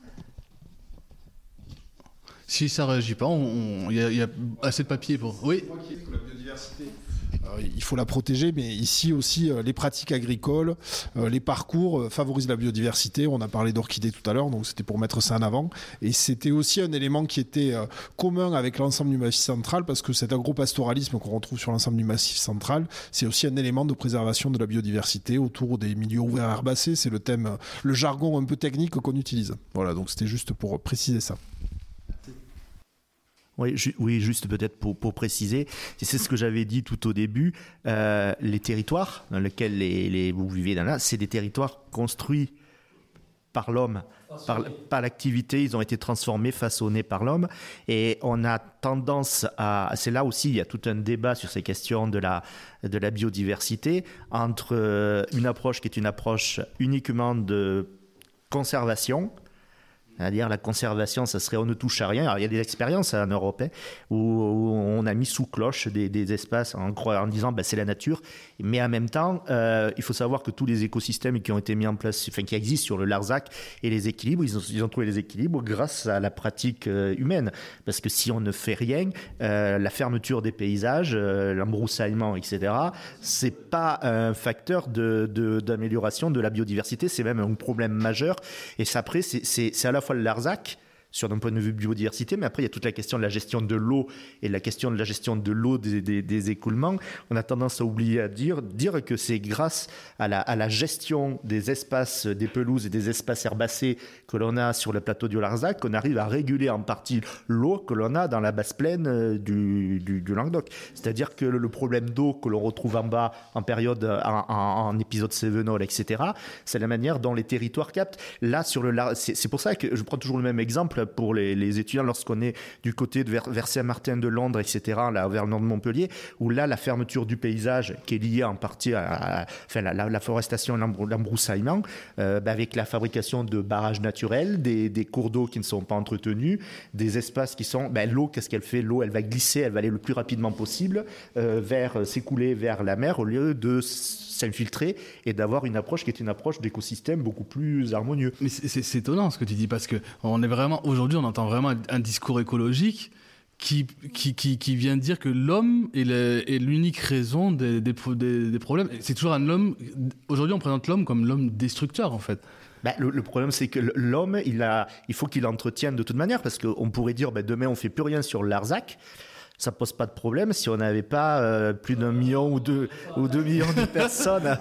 Si ça ne réagit pas, il y a assez de papier pour... Oui. La biodiversité. Il faut la protéger, mais ici aussi, les pratiques agricoles, les parcours favorisent la biodiversité. On a parlé d'orchidées tout à l'heure, donc c'était pour mettre ça en avant. Et c'était aussi un élément qui était commun avec l'ensemble du Massif central, parce que cet agropastoralisme qu'on retrouve sur l'ensemble du Massif central, c'est aussi un élément de préservation de la biodiversité autour des milieux ouverts herbacés. C'est le thème, le jargon un peu technique qu'on utilise. Voilà, donc c'était juste pour préciser ça. Oui, juste peut-être pour préciser, c'est ce que j'avais dit tout au début, les territoires dans lesquels vous vivez, c'est des territoires construits par l'homme, par l'activité, ils ont été transformés, façonnés par l'homme. Et on a tendance à... C'est là aussi, il y a tout un débat sur ces questions de la biodiversité, entre une approche qui est une approche uniquement de conservation. C'est-à-dire la conservation, ça serait on ne touche à rien. Alors, il y a des expériences en Europe où on a mis sous cloche des espaces en disant c'est la nature. Mais en même temps, il faut savoir que tous les écosystèmes qui ont été mis en place, qui existent sur le Larzac et les équilibres, ils ont trouvé les équilibres grâce à la pratique humaine. Parce que si on ne fait rien, la fermeture des paysages, l'embroussaillement, etc., c'est pas un facteur d'amélioration de la biodiversité, c'est même un problème majeur. Et après, c'est à la fois le Larzac, sur d'un point de vue biodiversité, mais après il y a toute la question de la gestion de l'eau et la question de la gestion de l'eau des écoulements. On a tendance à oublier à dire que c'est grâce à la gestion des espaces, des pelouses et des espaces herbacés que l'on a sur le plateau du Larzac qu'on arrive à réguler en partie l'eau que l'on a dans la basse plaine du Languedoc. C'est-à-dire que le problème d'eau que l'on retrouve en bas en période, en épisode cévenol, etc., c'est la manière dont les territoires captent. Là, sur le Larzac, c'est pour ça que je prends toujours le même exemple pour les étudiants lorsqu'on est du côté de vers Saint-Martin de Londres, etc., là, vers le nord de Montpellier, où là, la fermeture du paysage, qui est liée en partie à la forestation et l'embroussaillement, avec la fabrication de barrages naturels, des cours d'eau qui ne sont pas entretenus, des espaces qui sont... l'eau, qu'est-ce qu'elle fait ? L'eau, elle va glisser, elle va aller le plus rapidement possible s'écouler vers la mer au lieu de s'infiltrer et d'avoir une approche qui est une approche d'écosystème beaucoup plus harmonieux. Mais c'est étonnant ce que tu dis, parce que aujourd'hui on entend vraiment un discours écologique qui vient dire que l'homme est l'unique raison des problèmes. C'est toujours un homme. Aujourd'hui on présente l'homme comme l'homme destructeur en fait. Le problème, c'est que l'homme, il faut qu'il entretienne de toute manière, parce qu'on pourrait dire demain on fait plus rien sur le Larzac. Ça pose pas de problème si on n'avait pas plus d'1 million ou 2 millions de personnes.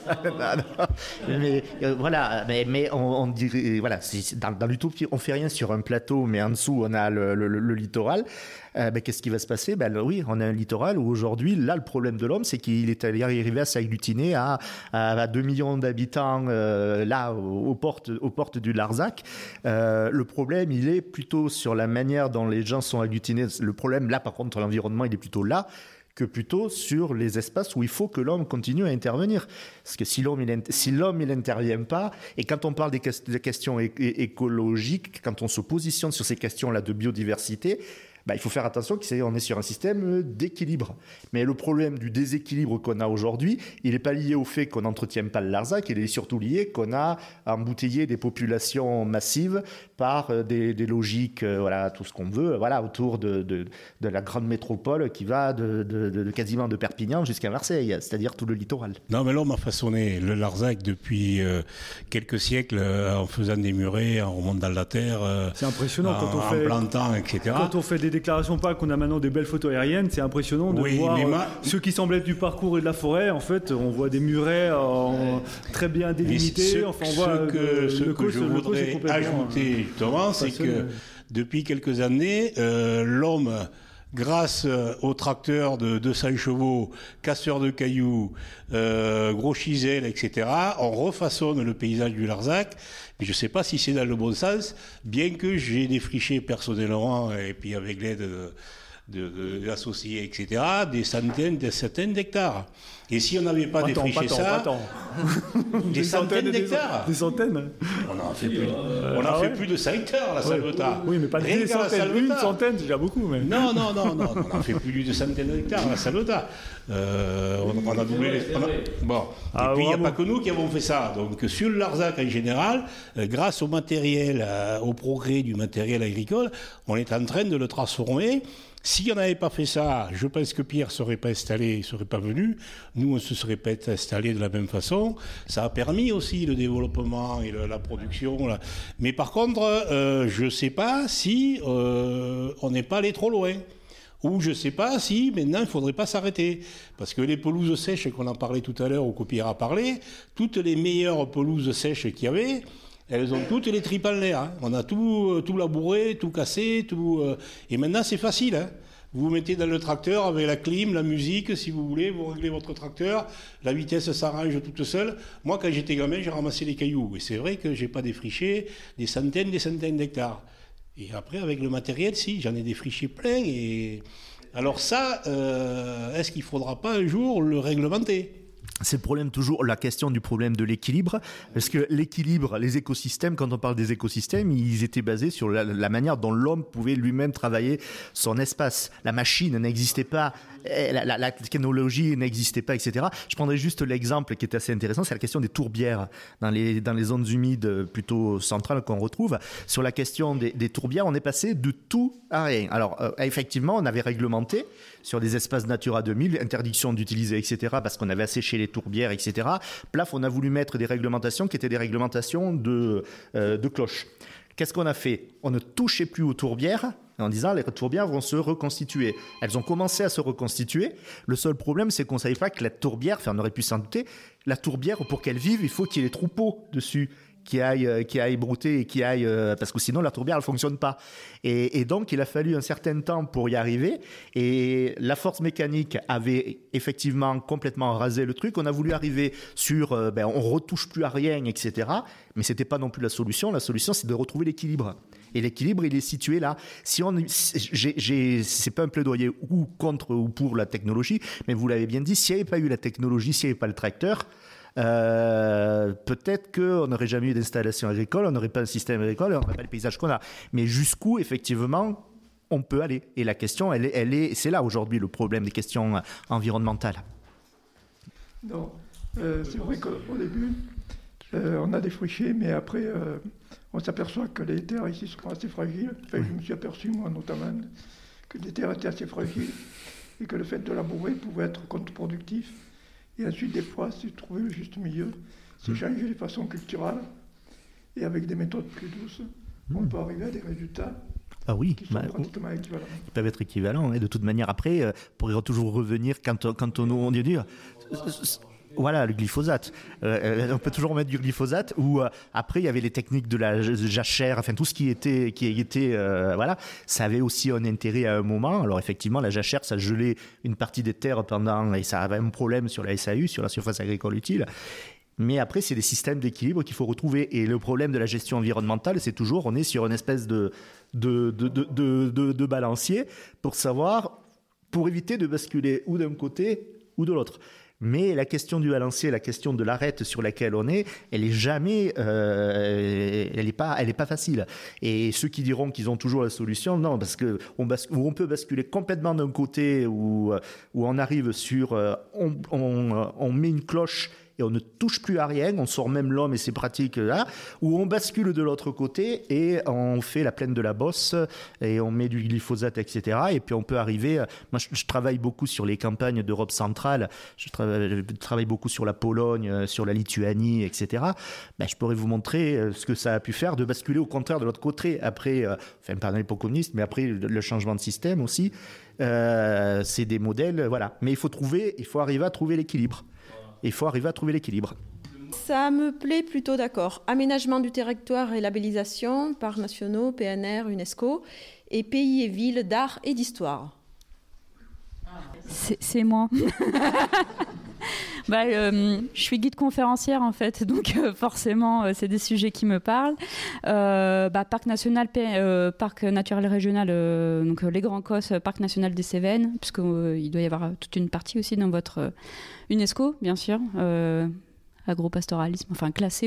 Mais voilà, mais on dirait dans l'utopie, on fait rien sur un plateau, mais en dessous on a le littoral. Qu'est-ce qui va se passer ? Oui, on a un littoral où aujourd'hui, là, le problème de l'homme, c'est qu'il est arrivé à s'agglutiner à 2 millions d'habitants là aux portes du Larzac. Le problème, il est plutôt sur la manière dont les gens sont agglutinés. Le problème, là, par contre, l'environnement, il est plutôt là que plutôt sur les espaces où il faut que l'homme continue à intervenir. Parce que si l'homme il n'intervient pas, et quand on parle des questions écologiques, quand on se positionne sur ces questions-là de biodiversité, il faut faire attention qu'on est sur un système d'équilibre. Mais le problème du déséquilibre qu'on a aujourd'hui, il n'est pas lié au fait qu'on n'entretient pas le Larzac, il est surtout lié qu'on a embouteillé des populations massives par des logiques, tout ce qu'on veut, autour de la grande métropole qui va de quasiment de Perpignan jusqu'à Marseille, c'est-à-dire tout le littoral. Non, mais l'homme a façonné le Larzac depuis quelques siècles en faisant des murets, en remontant la terre, c'est impressionnant quand on fait, plantant, etc. Quand on fait des déclarations pas qu'on a maintenant des belles photos aériennes, c'est impressionnant de voir ceux qui semblaient être du parcours et de la forêt. En fait, on voit des murets très bien délimités. Ce que je voudrais ajouter, Thomas, c'est que depuis quelques années, l'homme, grâce aux tracteurs de 200 chevaux, casseurs de cailloux, gros chisels, etc., on refaçonne le paysage du Larzac. Mais je ne sais pas si c'est dans le bon sens, bien que j'ai défriché personnellement, et puis avec l'aide d'associés, etc., des centaines d'hectares. Et si on n'avait pas défriché ça... Des centaines d'hectares. Des centaines. On en fait plus. On en fait plus de 5 hectares, la Salvetat. Oui, mais pas des centaines. Une centaine, c'est déjà beaucoup. Mais... Non. On en fait plus de centaines d'hectares, la Salvetat. On a doublé les... Bon. Et puis, il n'y a pas que nous qui avons fait ça. Donc, sur le Larzac en général, grâce au matériel, au progrès du matériel agricole, on est en train de le transformer. Si on n'avait pas fait ça, je pense que Pierre ne serait pas installé, il ne serait pas venu. Nous, on ne se serait pas installés de la même façon. Ça a permis aussi le développement et la production. Là. Mais par contre, je ne sais pas si on n'est pas allé trop loin. Ou je ne sais pas si maintenant il ne faudrait pas s'arrêter. Parce que les pelouses sèches qu'on en parlait tout à l'heure, ou que Pierre a parlé, toutes les meilleures pelouses sèches qu'il y avait, elles ont toutes les tripes en l'air. Hein. On a tout labouré, tout cassé, et maintenant c'est facile. Hein. Vous vous mettez dans le tracteur avec la clim, la musique, si vous voulez, vous réglez votre tracteur, la vitesse s'arrange toute seule. Moi, quand j'étais gamin, j'ai ramassé les cailloux. Et c'est vrai que j'ai pas défriché des centaines d'hectares. Et après, avec le matériel, si, j'en ai défriché plein. Et alors ça, est-ce qu'il faudra pas un jour le réglementer ? C'est le problème, toujours la question du problème de l'équilibre, parce que l'équilibre, les écosystèmes, quand on parle des écosystèmes, ils étaient basés sur la manière dont l'homme pouvait lui-même travailler son espace. La machine n'existait pas, la technologie n'existait pas, etc. Je prendrai juste l'exemple qui est assez intéressant, c'est la question des tourbières dans les zones humides plutôt centrales qu'on retrouve. Sur la question des tourbières, on est passé de tout à rien. Alors effectivement, on avait réglementé sur des espaces Natura 2000, interdiction d'utiliser, etc., parce qu'on avait asséché les tourbières, etc. Plaf, on a voulu mettre des réglementations qui étaient des réglementations de cloches. Qu'est-ce qu'on a fait ? On ne touchait plus aux tourbières en disant les tourbières vont se reconstituer. Elles ont commencé à se reconstituer. Le seul problème, c'est qu'on ne savait pas que la tourbière, on aurait pu s'en douter, la tourbière, pour qu'elle vive, il faut qu'il y ait des troupeaux dessus qui aillent brouter et qui aillent parce que sinon la tourbière elle fonctionne pas et donc il a fallu un certain temps pour y arriver et la force mécanique avait effectivement complètement rasé le truc. On a voulu arriver sur on retouche plus à rien, etc., mais c'était pas non plus la solution. La solution, c'est de retrouver l'équilibre, et l'équilibre il est situé là. C'est pas un plaidoyer ou contre ou pour la technologie, mais vous l'avez bien dit, s'il n'y avait pas eu la technologie, s'il n'y avait pas le tracteur, peut-être qu'on n'aurait jamais eu d'installation agricole, on n'aurait pas un système agricole, on n'aurait pas le paysage qu'on a. Mais jusqu'où, effectivement, on peut aller ? Et la question, c'est là aujourd'hui le problème des questions environnementales. Non, c'est vrai qu'au début, on a défriché, mais après, on s'aperçoit que les terres ici sont assez fragiles. Enfin, je me suis aperçu, moi notamment, que les terres étaient assez fragiles et que le fait de labourer pouvait être contre-productif. Et ensuite, des fois, c'est trouver le juste milieu, c'est changer les façons culturelles, et avec des méthodes plus douces, on peut arriver à des résultats qui sont pratiquement équivalents. Ils peuvent être équivalents, et de toute manière, après, pour toujours revenir, quand on dit voilà, le glyphosate. On peut toujours mettre du glyphosate. Ou après, il y avait les techniques de la jachère, enfin tout ce qui était, voilà, ça avait aussi un intérêt à un moment. Alors effectivement, la jachère, ça gelait une partie des terres et ça avait un problème sur la SAU, sur la surface agricole utile. Mais après, c'est des systèmes d'équilibre qu'il faut retrouver. Et le problème de la gestion environnementale, c'est toujours, on est sur une espèce de balancier pour éviter de basculer ou d'un côté ou de l'autre. Mais la question du balancier, la question de l'arête sur laquelle on est, elle est jamais, elle est pas facile. Et ceux qui diront qu'ils ont toujours la solution, non, parce que on peut basculer complètement d'un côté où on arrive sur, on met une cloche et on ne touche plus à rien, on sort même l'homme et ses pratiques là, ou on bascule de l'autre côté et on fait la plaine de la bosse et on met du glyphosate, etc. Et puis on peut arriver, moi je travaille beaucoup sur les campagnes d'Europe centrale, je travaille beaucoup sur la Pologne, sur la Lituanie, etc. Je pourrais vous montrer ce que ça a pu faire de basculer au contraire de l'autre côté, après, pendant l'époque communiste, mais après le changement de système aussi, c'est des modèles, voilà. Mais il faut arriver à trouver l'équilibre. Ça me plaît plutôt, d'accord. Aménagement du territoire et labellisation, parcs nationaux, PNR, UNESCO, et pays et villes d'art et d'histoire. C'est moi. Je suis guide conférencière en fait, donc forcément c'est des sujets qui me parlent. Parc national, parc naturel régional, donc les Grands Cosses, parc national des Cévennes, puisqu'il doit y avoir toute une partie aussi dans votre UNESCO, bien sûr, agropastoralisme, enfin classé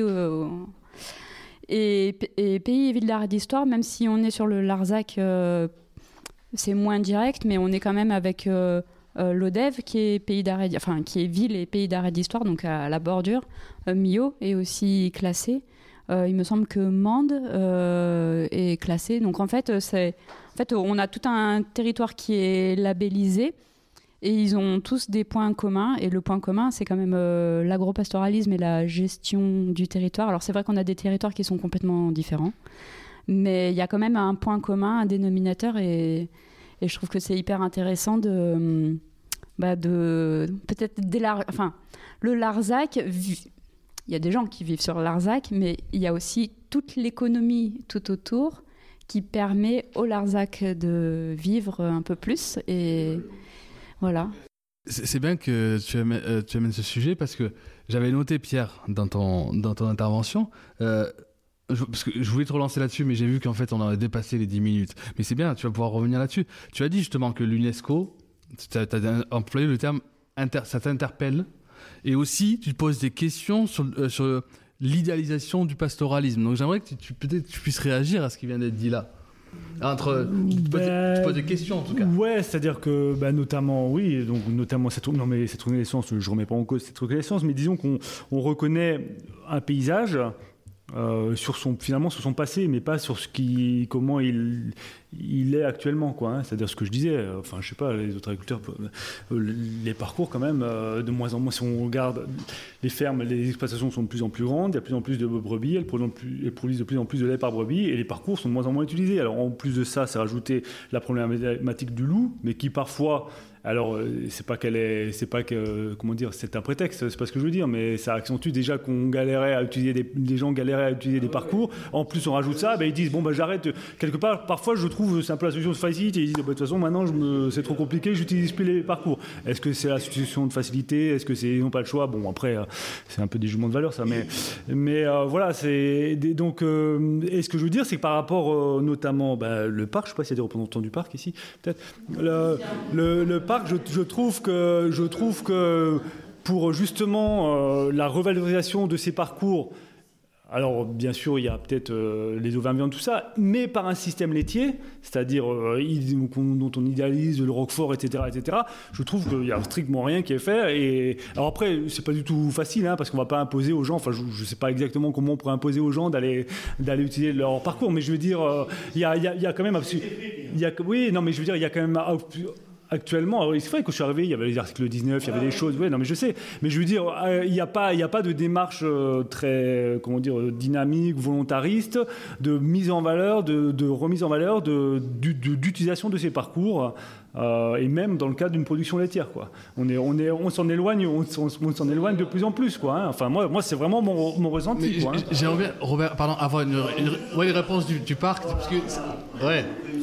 et pays et villes d'art et d'histoire, même si on est sur le Larzac, c'est moins direct, mais on est quand même avec l'ODEV qui est qui est ville et pays d'art et d'histoire, donc à la bordure. Millau est aussi classé. Il me semble que Mende est classé. Donc en fait, on a tout un territoire qui est labellisé et ils ont tous des points communs. Et le point commun, c'est quand même l'agropastoralisme et la gestion du territoire. Alors c'est vrai qu'on a des territoires qui sont complètement différents, mais il y a quand même un point commun, un dénominateur, et je trouve que c'est hyper intéressant de peut-être le Larzac. Il y a des gens qui vivent sur le Larzac, mais il y a aussi toute l'économie tout autour qui permet au Larzac de vivre un peu plus. Et voilà. C'est bien que tu amènes ce sujet parce que j'avais noté, Pierre, dans ton intervention, parce que je voulais te relancer là-dessus, mais j'ai vu qu'en fait on avait dépassé les 10 minutes. Mais c'est bien, tu vas pouvoir revenir là-dessus. Tu as dit justement que l'UNESCO, tu as employé le terme ça t'interpelle, et aussi tu te poses des questions sur l'idéalisation du pastoralisme. Donc j'aimerais que tu puisses réagir à ce qui vient d'être dit là. Tu poses des questions en tout cas. Ouais, c'est-à-dire que notamment cette reconnaissance, je remets pas en cause cette reconnaissance, mais disons qu'on reconnaît un paysage sur son passé, mais pas sur comment il est actuellement, quoi, hein. C'est-à-dire ce que je disais, je sais pas, les autres agriculteurs, les parcours quand même, de moins en moins, si on regarde les fermes, les exploitations sont de plus en plus grandes, il y a de plus en plus de brebis, elles produisent de plus en plus de lait par brebis, et les parcours sont de moins en moins utilisés. Alors en plus de ça, c'est rajouté la problématique du loup, mais qui parfois... Alors, c'est un prétexte, c'est pas ce que je veux dire, mais ça accentue déjà qu'on galérait à utiliser les gens galéraient à utiliser des parcours. En plus, on rajoute ça, ils disent j'arrête. Quelque part, parfois, je trouve c'est un peu la solution de facilité. Ils disent de toute façon, maintenant, c'est trop compliqué, j'utilise plus les parcours. Est-ce que c'est la solution de facilité? Est-ce que ils n'ont pas le choix? Bon, après, c'est un peu des jugements de valeur, ça, mais voilà, donc, et ce que je veux dire, c'est que par rapport, notamment, le parc, je sais pas s'il y a des représentants du parc ici, peut-être, le parc. Je trouve que pour justement la revalorisation de ces parcours, alors bien sûr il y a peut-être les auvergnats, tout ça, mais par un système laitier, c'est-à-dire dont on idéalise le Roquefort, etc., je trouve qu'il n'y a strictement rien qui est fait. Et alors après, c'est pas du tout facile, parce qu'on va pas imposer aux gens, je ne sais pas exactement comment on pourrait imposer aux gens d'aller utiliser leur parcours, mais je veux dire, il y a quand même il y a quand même actuellement, alors c'est vrai que quand je suis arrivé, il y avait les articles 19, il y avait des choses, mais je sais, mais je veux dire, il n'y a pas de démarche très, dynamique, volontariste, de mise en valeur, de remise en valeur, d'utilisation de ces parcours, et même dans le cadre d'une production laitière, quoi. On s'en éloigne de plus en plus, quoi, hein. Enfin, moi, c'est vraiment mon ressenti, quoi, hein. J'aimerais bien, Robert, avoir une réponse du parc, parce que, ouais.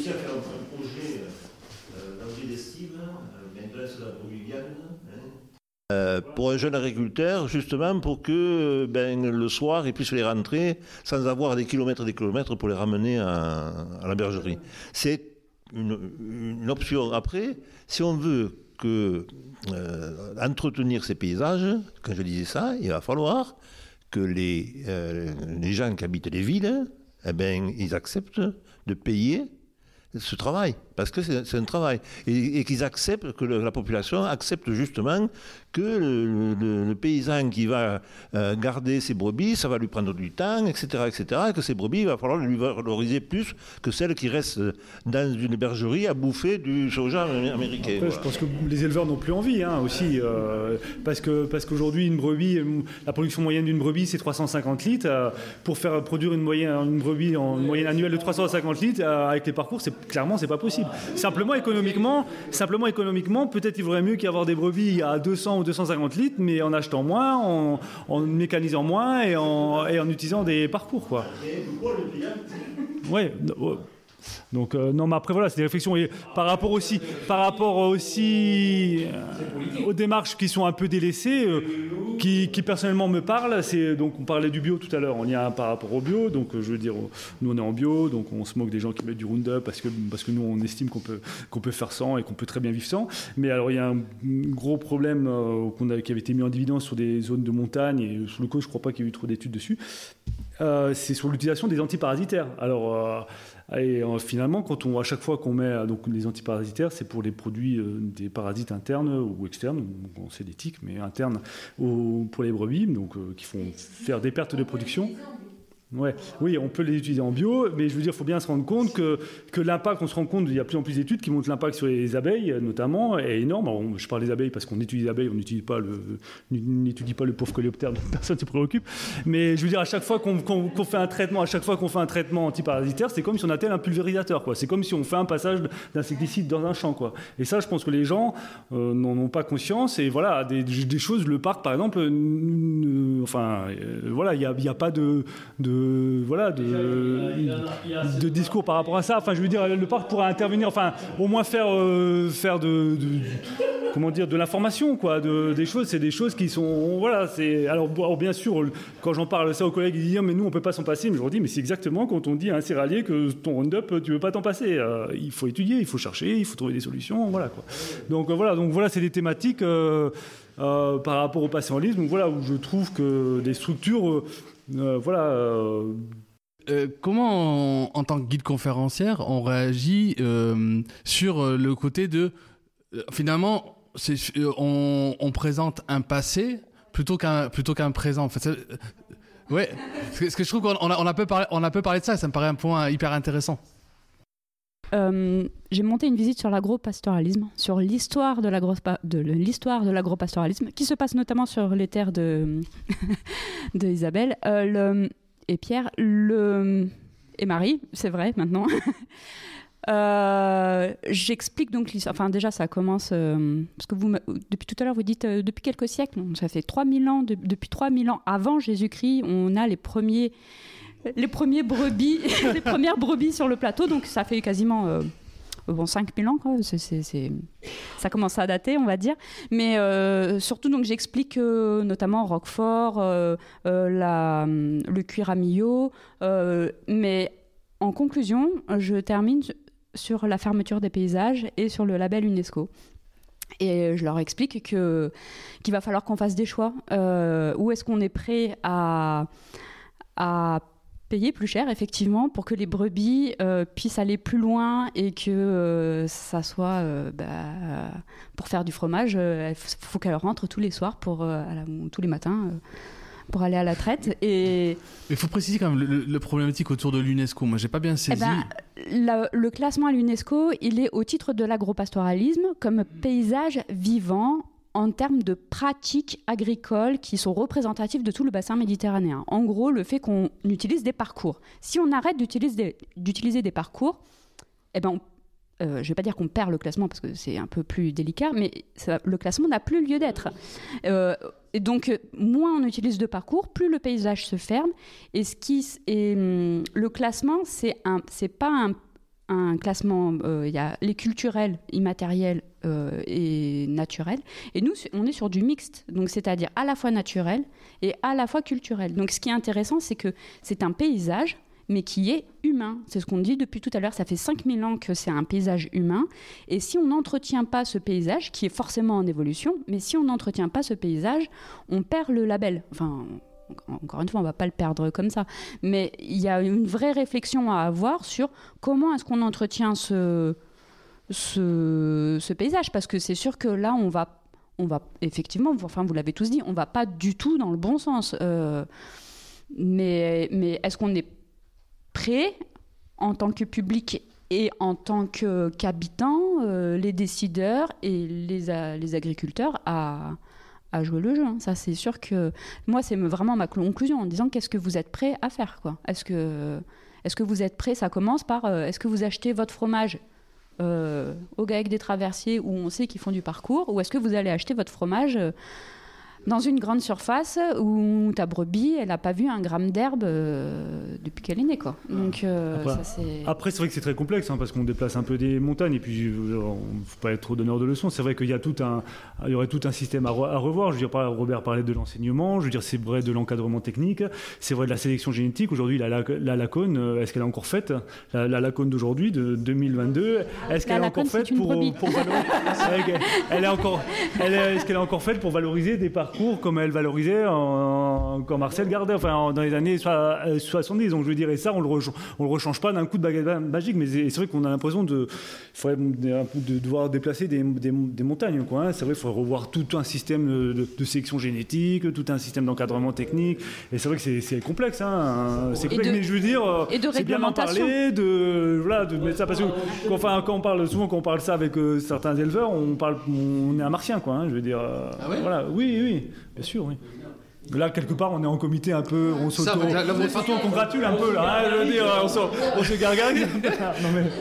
Pour un jeune agriculteur, justement, pour que le soir, il puisse les rentrer sans avoir des kilomètres pour les ramener à la bergerie. C'est une option. Après, si on veut entretenir ces paysages, quand je disais ça, il va falloir que les gens qui habitent les villes, ils acceptent de payer ce travail, parce que c'est un travail, et qu'ils acceptent, que la population accepte justement que le paysan qui va garder ses brebis, ça va lui prendre du temps, etc., et que ces brebis, il va falloir lui valoriser plus que celles qui restent dans une bergerie à bouffer du soja américain. Après, je pense que les éleveurs n'ont plus envie, aussi, parce qu'aujourd'hui, une brebis, la production moyenne d'une brebis, c'est 350 litres. Pour faire produire une brebis en moyenne annuelle de 350 litres, avec les parcours, clairement, c'est pas possible. Simplement économiquement, peut-être il vaudrait mieux qu'avoir des brebis à 200 ou 250 litres, mais en achetant moins, en mécanisant moins et en utilisant des parcours, quoi. Ouais. Donc non, mais après voilà, c'est des réflexions, et par rapport aussi aux démarches qui sont un peu délaissées, qui personnellement me parlent. Donc on parlait du bio tout à l'heure, on y a un par rapport au bio, donc je veux dire, nous on est en bio, donc on se moque des gens qui mettent du Roundup parce que nous on estime qu'on peut faire sans et qu'on peut très bien vivre sans. Mais alors il y a un gros problème qui avait été mis en évidence sur des zones de montagne, et sur le coup je crois pas qu'il y ait eu trop d'études dessus. C'est sur l'utilisation des antiparasitaires. Alors finalement, à chaque fois qu'on met les antiparasitaires, c'est pour les produits des parasites internes ou externes, c'est des tiques, mais internes pour les brebis, donc qui font faire des pertes de production. Ouais. Oui, on peut les utiliser en bio, mais je veux dire, il faut bien se rendre compte que l'impact, on se rend compte, il y a de plus en plus d'études qui montrent l'impact sur les abeilles, notamment, est énorme. Alors, je parle des abeilles parce qu'on étudie les abeilles, on n'étudie pas le pauvre coléoptère dont personne ne se préoccupe. Mais je veux dire, à chaque fois qu'on fait un traitement antiparasitaire, c'est comme si on attelle un pulvérisateur, quoi. C'est comme si on fait un passage d'insecticide dans un champ, quoi. Et ça, je pense que les gens n'en ont pas conscience. Et voilà, des choses, le parc, par exemple, voilà, il n'y a pas de de discours par rapport à ça. Enfin, je veux dire, le parc pourrait intervenir, enfin, au moins faire de l'information, quoi, des choses. C'est des choses qui sont, voilà. Alors bien sûr, quand j'en parle ça aux collègues, ils disent mais nous on peut pas s'en passer. Mais je leur dis mais c'est exactement quand on dit à un céréalier que ton Roundup tu veux pas t'en passer. Il faut étudier, il faut chercher, il faut trouver des solutions, voilà quoi. Donc voilà, c'est des thématiques par rapport au pastoralisme. Donc voilà où je trouve que des structures, comment, en tant que guide conférencière, on réagit sur le côté de finalement, on présente un passé plutôt qu'un présent. En fait, ouais, parce que je trouve qu'on a un peu parlé de ça. Et ça me paraît un point hyper intéressant. J'ai monté une visite sur l'agropastoralisme, sur l'histoire de l'agropastoralisme, qui se passe notamment sur les terres de Isabelle et Pierre et Marie, c'est vrai maintenant. J'explique donc l'histoire. Enfin, déjà, ça commence parce que depuis tout à l'heure, vous dites depuis quelques siècles. Non, ça fait 3000 ans. Depuis 3000 ans avant Jésus-Christ, on a les premières brebis sur le plateau. Donc, ça fait quasiment 5000 ans, quoi. Ça commence à dater, on va dire. Mais surtout, donc, j'explique notamment Roquefort, le cuir à Millau. Mais en conclusion, je termine sur la fermeture des paysages et sur le label UNESCO. Et je leur explique qu'il va falloir qu'on fasse des choix. Où est-ce qu'on est prêt à payer plus cher, effectivement, pour que les brebis puissent aller plus loin et que ça soit... pour faire du fromage, il faut qu'elles rentrent tous les soirs, tous les matins... pour aller à la traite. Et il faut préciser quand même le problématique autour de l'UNESCO. Moi, j'ai pas bien saisi. Le classement à l'UNESCO, il est au titre de l'agropastoralisme comme paysage vivant en termes de pratiques agricoles qui sont représentatives de tout le bassin méditerranéen. En gros, le fait qu'on utilise des parcours. Si on arrête d'utiliser des parcours, je ne vais pas dire qu'on perd le classement parce que c'est un peu plus délicat, mais le classement n'a plus lieu d'être. Et donc, moins on utilise de parcours, plus le paysage se ferme. Et le classement, c'est pas un classement. Il y a les culturels, immatériels et naturels. Et nous, on est sur du mixte, donc c'est-à-dire à la fois naturel et à la fois culturel. Donc, ce qui est intéressant, c'est que c'est un paysage, mais qui est humain. C'est ce qu'on dit depuis tout à l'heure. Ça fait 5000 ans que c'est un paysage humain. Et si on n'entretient pas ce paysage, qui est forcément en évolution, mais si on n'entretient pas ce paysage, on perd le label. Enfin, encore une fois, on ne va pas le perdre comme ça. Mais il y a une vraie réflexion à avoir sur comment est-ce qu'on entretient ce paysage. Parce que c'est sûr que là, on va effectivement, enfin, vous l'avez tous dit, on ne va pas du tout dans le bon sens. Mais est-ce qu'on est prêt, en tant que public et en tant qu'habitants, les décideurs et les agriculteurs à jouer le jeu, hein. Ça, c'est sûr que moi, c'est vraiment ma conclusion en disant qu'est-ce que vous êtes prêt à faire, quoi. Est-ce que vous êtes prêt? Ça commence par est-ce que vous achetez votre fromage au GAEC des Traversiers où on sait qu'ils font du parcours, ou est-ce que vous allez acheter votre fromage dans une grande surface où ta brebis, elle n'a pas vu un gramme d'herbe depuis qu'elle est née, quoi. Donc, après, c'est vrai que c'est très complexe, hein, parce qu'on déplace un peu des montagnes, et puis il ne faut pas être trop donneur de leçons. C'est vrai qu'il y aurait tout un système à revoir. Je veux dire, Robert parlait de l'enseignement, je veux dire, c'est vrai de l'encadrement technique, c'est vrai de la sélection génétique. Aujourd'hui, la lacone, est-ce qu'elle est encore faite? La lacone d'aujourd'hui, de 2022, est-ce qu'elle est encore faite pour valoriser est-ce qu'elle est encore faite pour valoriser des parcours comme elle valorisait quand Marcel Gardin, enfin dans les années 70. Donc je veux dire, et ça on le rechange pas d'un coup de baguette magique, mais c'est vrai qu'on a l'impression de devoir déplacer des montagnes, quoi, hein. C'est vrai, il faudrait revoir tout un système de sélection génétique, tout un système d'encadrement technique, et c'est vrai que c'est complexe, hein. C'est complexe, mais je veux dire, c'est bien d'en parler, de mettre ça, parce que quand on parle ça avec certains éleveurs, on est un martien, quoi, hein, je veux dire. Ah ouais, voilà, oui. Bien sûr, oui. Là, quelque part, on est en comité un peu, on s'auto-congratule un peu, là, hein, je veux dire, on se gargarise.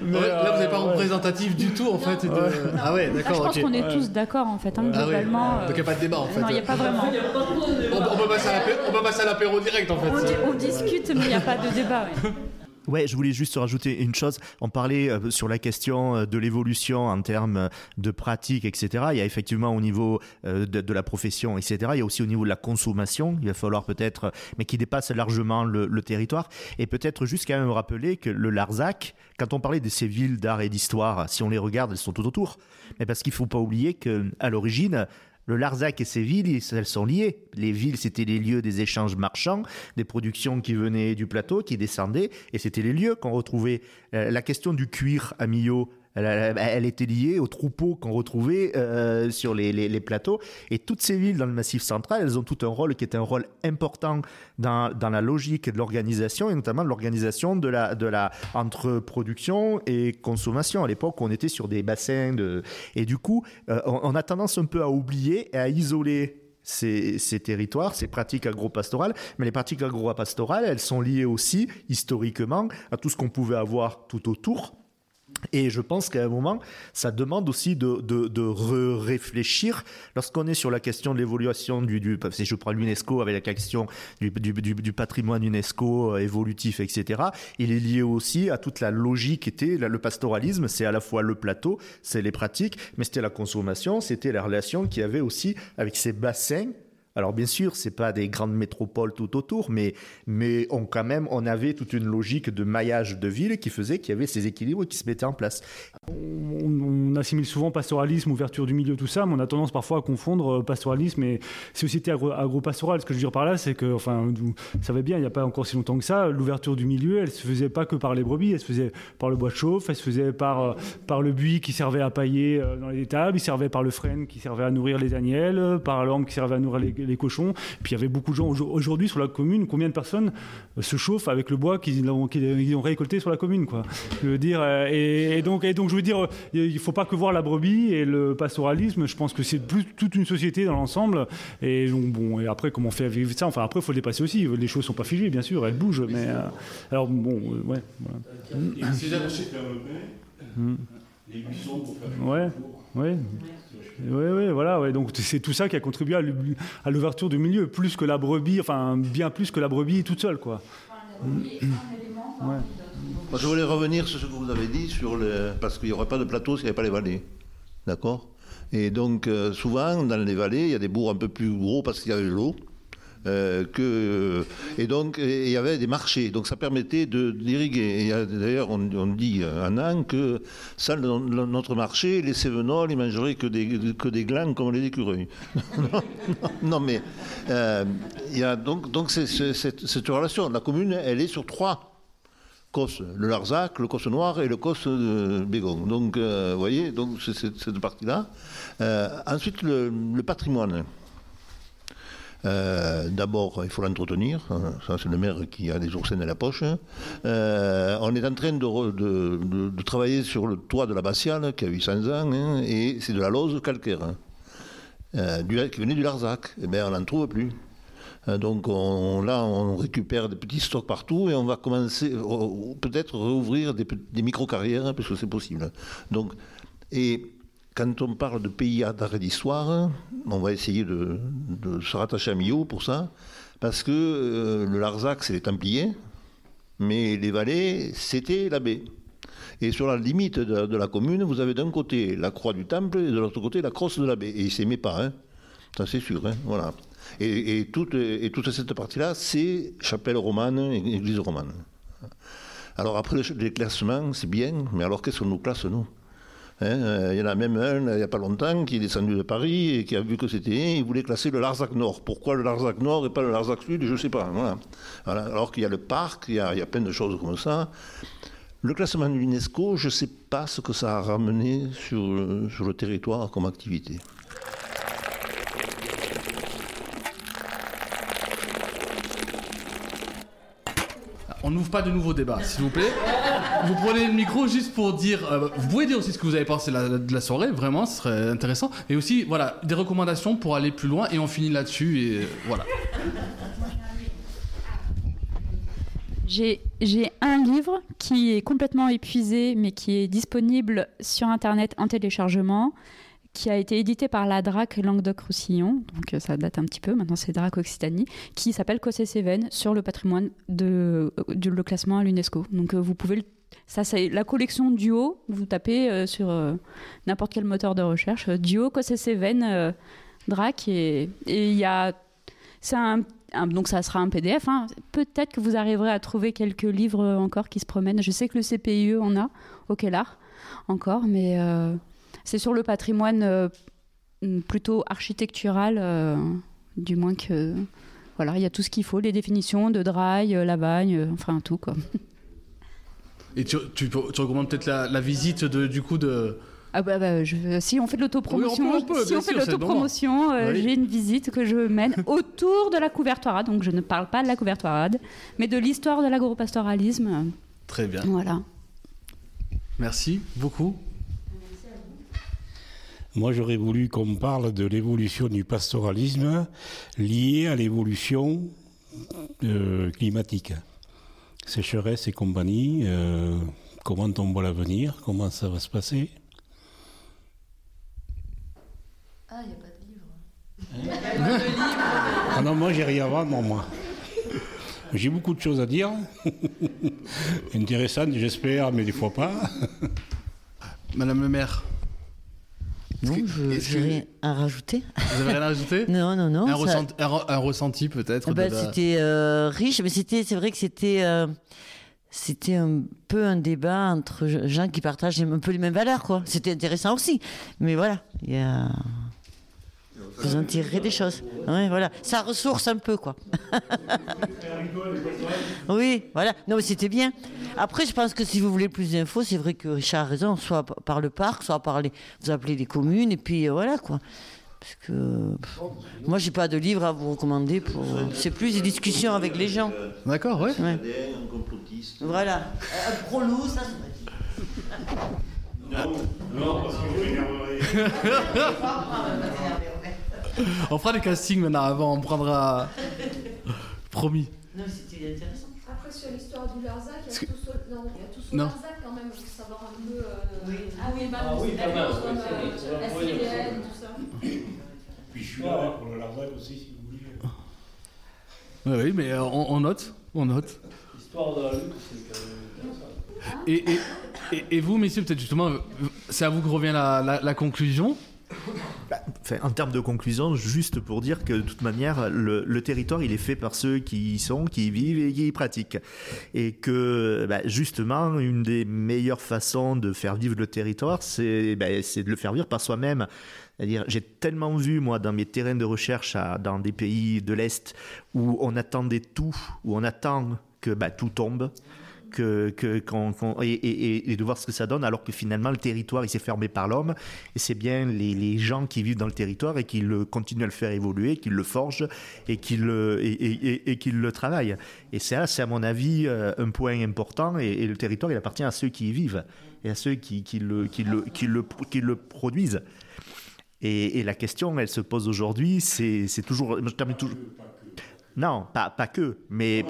là, vous n'êtes pas représentatif du tout, en fait. Ah ouais, d'accord. Je pense qu'on est tous d'accord, en fait, globalement. Donc il n'y a pas de débat, en fait. Non, il n'y a pas vraiment. On peut passer à l'apéro direct, en fait. On discute, mais il n'y a pas de débat, ouais. Ouais, je voulais juste rajouter une chose. On parlait sur la question de l'évolution en termes de pratique, etc. Il y a effectivement au niveau de la profession, etc. Il y a aussi au niveau de la consommation. Il va falloir peut-être, mais qui dépasse largement le territoire. Et peut-être juste quand même rappeler que le Larzac, quand on parlait de ces villes d'art et d'histoire, si on les regarde, elles sont tout autour. Mais parce qu'il ne faut pas oublier qu'à l'origine, le Larzac et ses villes, elles sont liées. Les villes, c'était les lieux des échanges marchands, des productions qui venaient du plateau, qui descendaient, et c'était les lieux qu'on retrouvait. La question du cuir à Millau, elle était liée aux troupeaux qu'on retrouvait sur les plateaux. Et toutes ces villes dans le Massif central, elles ont tout un rôle qui est un rôle important dans la logique de l'organisation, et notamment de l'organisation de la entre production et consommation. À l'époque, on était sur des bassins et du coup, on a tendance un peu à oublier et à isoler ces territoires, ces pratiques agro-pastorales. Mais les pratiques agro-pastorales, elles sont liées aussi, historiquement, à tout ce qu'on pouvait avoir tout autour. Et je pense qu'à un moment, ça demande aussi de réfléchir lorsqu'on est sur la question de l'évolution si je prends l'UNESCO avec la question du patrimoine UNESCO évolutif, etc. Il est lié aussi à toute la logique qui était le pastoralisme. C'est à la fois le plateau, c'est les pratiques, mais c'était la consommation, c'était la relation qu'il y avait aussi avec ces bassins. Alors bien sûr, c'est pas des grandes métropoles tout autour, mais on avait toute une logique de maillage de ville qui faisait qu'il y avait ces équilibres qui se mettaient en place. On assimile souvent pastoralisme, ouverture du milieu, tout ça, mais on a tendance parfois à confondre pastoralisme et société agro-pastorale. Ce que je veux dire par là, c'est que, enfin, vous savez bien, il n'y a pas encore si longtemps que ça, l'ouverture du milieu, elle se faisait pas que par les brebis, elle se faisait par le bois de chauffe, elle se faisait par le buis qui servait à pailler dans les étables, il servait par le frêne qui servait à nourrir les agnelles, par l'orme qui servait à nourrir les cochons. Puis il y avait beaucoup de gens aujourd'hui sur la commune. Combien de personnes se chauffent avec le bois qu'ils ont récolté sur la commune, quoi. Je veux dire, et donc je veux dire, il faut pas que voir la brebis et le pastoralisme. Je pense que c'est plus toute une société dans l'ensemble. Et donc, bon, et après comment on fait vivre ça. Enfin après il faut le dépasser aussi. Les choses sont pas figées, bien sûr, elles bougent. Mais alors bon, ouais. Voilà. Les buissons pour faire. Ouais. Oui, voilà. Ouais. Donc c'est tout ça qui a contribué à l'ouverture du milieu, plus que la brebis, enfin bien plus que la brebis toute seule, quoi. Moi, je voulais revenir sur ce que vous avez dit parce qu'il n'y aurait pas de plateau s'il n'y avait pas les vallées, d'accord. Et donc souvent dans les vallées, il y a des bourgs un peu plus gros parce qu'il y avait de l'eau. Et donc il y avait des marchés, donc ça permettait d'irriguer. Et d'ailleurs on dit à Nantes que ça, notre marché, les Cévenols, ils mangeraient que des glands comme les écureuils. non, mais il y a donc cette relation. La commune, elle est sur 3 cosses, le Larzac, le Cosse Noir et le Cosse de Bégon. Donc vous voyez, donc c'est cette partie-là. Ensuite le patrimoine. D'abord, il faut l'entretenir. Ça, c'est le maire qui a des oursins dans la poche. On est en train de travailler sur le toit de l'abbatiale, qui a 800 ans, et c'est de la lauze calcaire, qui venait du Larzac. Eh bien, on n'en trouve plus. Donc on récupère des petits stocks partout et on va commencer peut-être rouvrir des micro-carrières, parce que c'est possible. Donc, quand on parle de pays d'art et d'histoire, on va essayer de se rattacher à Millau pour ça, parce que le Larzac, c'est les Templiers, mais les vallées, c'était l'abbé. Et sur la limite de la commune, vous avez d'un côté la croix du Temple et de l'autre côté la crosse de l'abbé. Et ils ne s'aimaient pas, ça c'est sûr. Voilà. Et toute cette partie-là, c'est chapelle romane et église romane. Alors après, les classements, c'est bien, mais alors qu'est-ce qu'on nous classe, nous ? Il y en a même un, il n'y a pas longtemps, qui est descendu de Paris et qui a vu que c'était, il voulait classer le Larzac Nord. Pourquoi le Larzac Nord et pas le Larzac Sud, je ne sais pas. Voilà. Alors qu'il y a le parc, il y a plein de choses comme ça. Le classement de l'UNESCO, je ne sais pas ce que ça a ramené sur le territoire comme activité. On n'ouvre pas de nouveaux débats, s'il vous plaît. Vous prenez le micro juste pour dire... vous pouvez dire aussi ce que vous avez pensé de la soirée, vraiment, ce serait intéressant. Et aussi, voilà, des recommandations pour aller plus loin, et on finit là-dessus, et voilà. J'ai un livre qui est complètement épuisé, mais qui est disponible sur Internet en téléchargement, qui a été édité par la DRAC Languedoc-Roussillon, donc ça date un petit peu, maintenant c'est DRAC Occitanie, qui s'appelle Cossé-Cévennes sur le patrimoine le classement à l'UNESCO. Donc vous pouvez ça c'est la collection Duo, vous tapez sur n'importe quel moteur de recherche, Duo Cossé-Cévennes DRAC, et il y a... donc ça sera un PDF. Hein. Peut-être que vous arriverez à trouver quelques livres encore qui se promènent. Je sais que le CPIE en a au Kellar encore, mais c'est sur le patrimoine plutôt architectural, du moins que voilà, il y a tout ce qu'il faut, les définitions de Draille, Lavagne, enfin tout quoi. Et tu recommandes peut-être la visite du coup de... Ah si on fait de l'autopromotion, j'ai une visite que je mène autour de la couvertoirade. Donc je ne parle pas de la couvertoirade, mais de l'histoire de l'agropastoralisme. Très bien. Voilà. Merci beaucoup. Merci à vous. Moi, j'aurais voulu qu'on parle de l'évolution du pastoralisme liée à l'évolution climatique. Sécheresse et compagnie, comment on voit l'avenir, comment ça va se passer? Ah, il n'y a pas de livre. Ah non, moi, j'ai rien à vendre, moi. J'ai beaucoup de choses à dire. Intéressantes, j'espère, mais des fois pas. Madame le maire. Non, je n'ai rien à rajouter. Vous avez rien à rajouter? Non. Un ressenti peut-être C'était riche, mais c'est vrai que c'était un peu un débat entre gens qui partagent un peu les mêmes valeurs, quoi. C'était intéressant aussi. Mais voilà, vous en tirerez des choses. Ouais, voilà. Ça ressource un peu, quoi. Oui, voilà. Non, mais c'était bien. Après, je pense que si vous voulez plus d'infos, c'est vrai que Richard a raison, soit par le parc, soit par vous appelez les communes, et puis voilà, quoi. Parce que moi, j'ai pas de livre à vous recommander. C'est plus des discussions avec les gens. D'accord, ouais. Un complotiste. Voilà. Un prolou, ça serait... Non, parce que vous m'énerverez. On fera des castings maintenant avant, on prendra... Promis. Non, c'était intéressant. Après, sur l'histoire du Larzac, il y a tout sur Larzac quand même, pour savoir un peu... Oui. Ah oui, quand même. SIDN, tout ça. Puis je suis là pour le Larzac aussi, si vous voulez. Oui, mais on note. L'histoire de la lutte, c'est quand même intéressant. Et vous, messieurs, peut-être justement, c'est à vous que revient la conclusion. En termes de conclusion, juste pour dire que de toute manière, le territoire, il est fait par ceux qui y sont, qui y vivent et qui y pratiquent. Et que, justement, une des meilleures façons de faire vivre le territoire, c'est de le faire vivre par soi-même. C'est-à-dire, j'ai tellement vu, moi, dans mes terrains de recherche dans des pays de l'Est où on attendait tout, où on attend que tout tombe, et de voir ce que ça donne, alors que finalement le territoire il s'est fermé par l'homme, et c'est bien les gens qui vivent dans le territoire et qui continuent à le faire évoluer, qui le forgent et qui le travaillent. Et ça, c'est à mon avis un point important, et le territoire il appartient à ceux qui y vivent et à ceux qui le produisent. Et la question, elle se pose aujourd'hui, c'est toujours... Je termine toujours... Non, pas que, mais...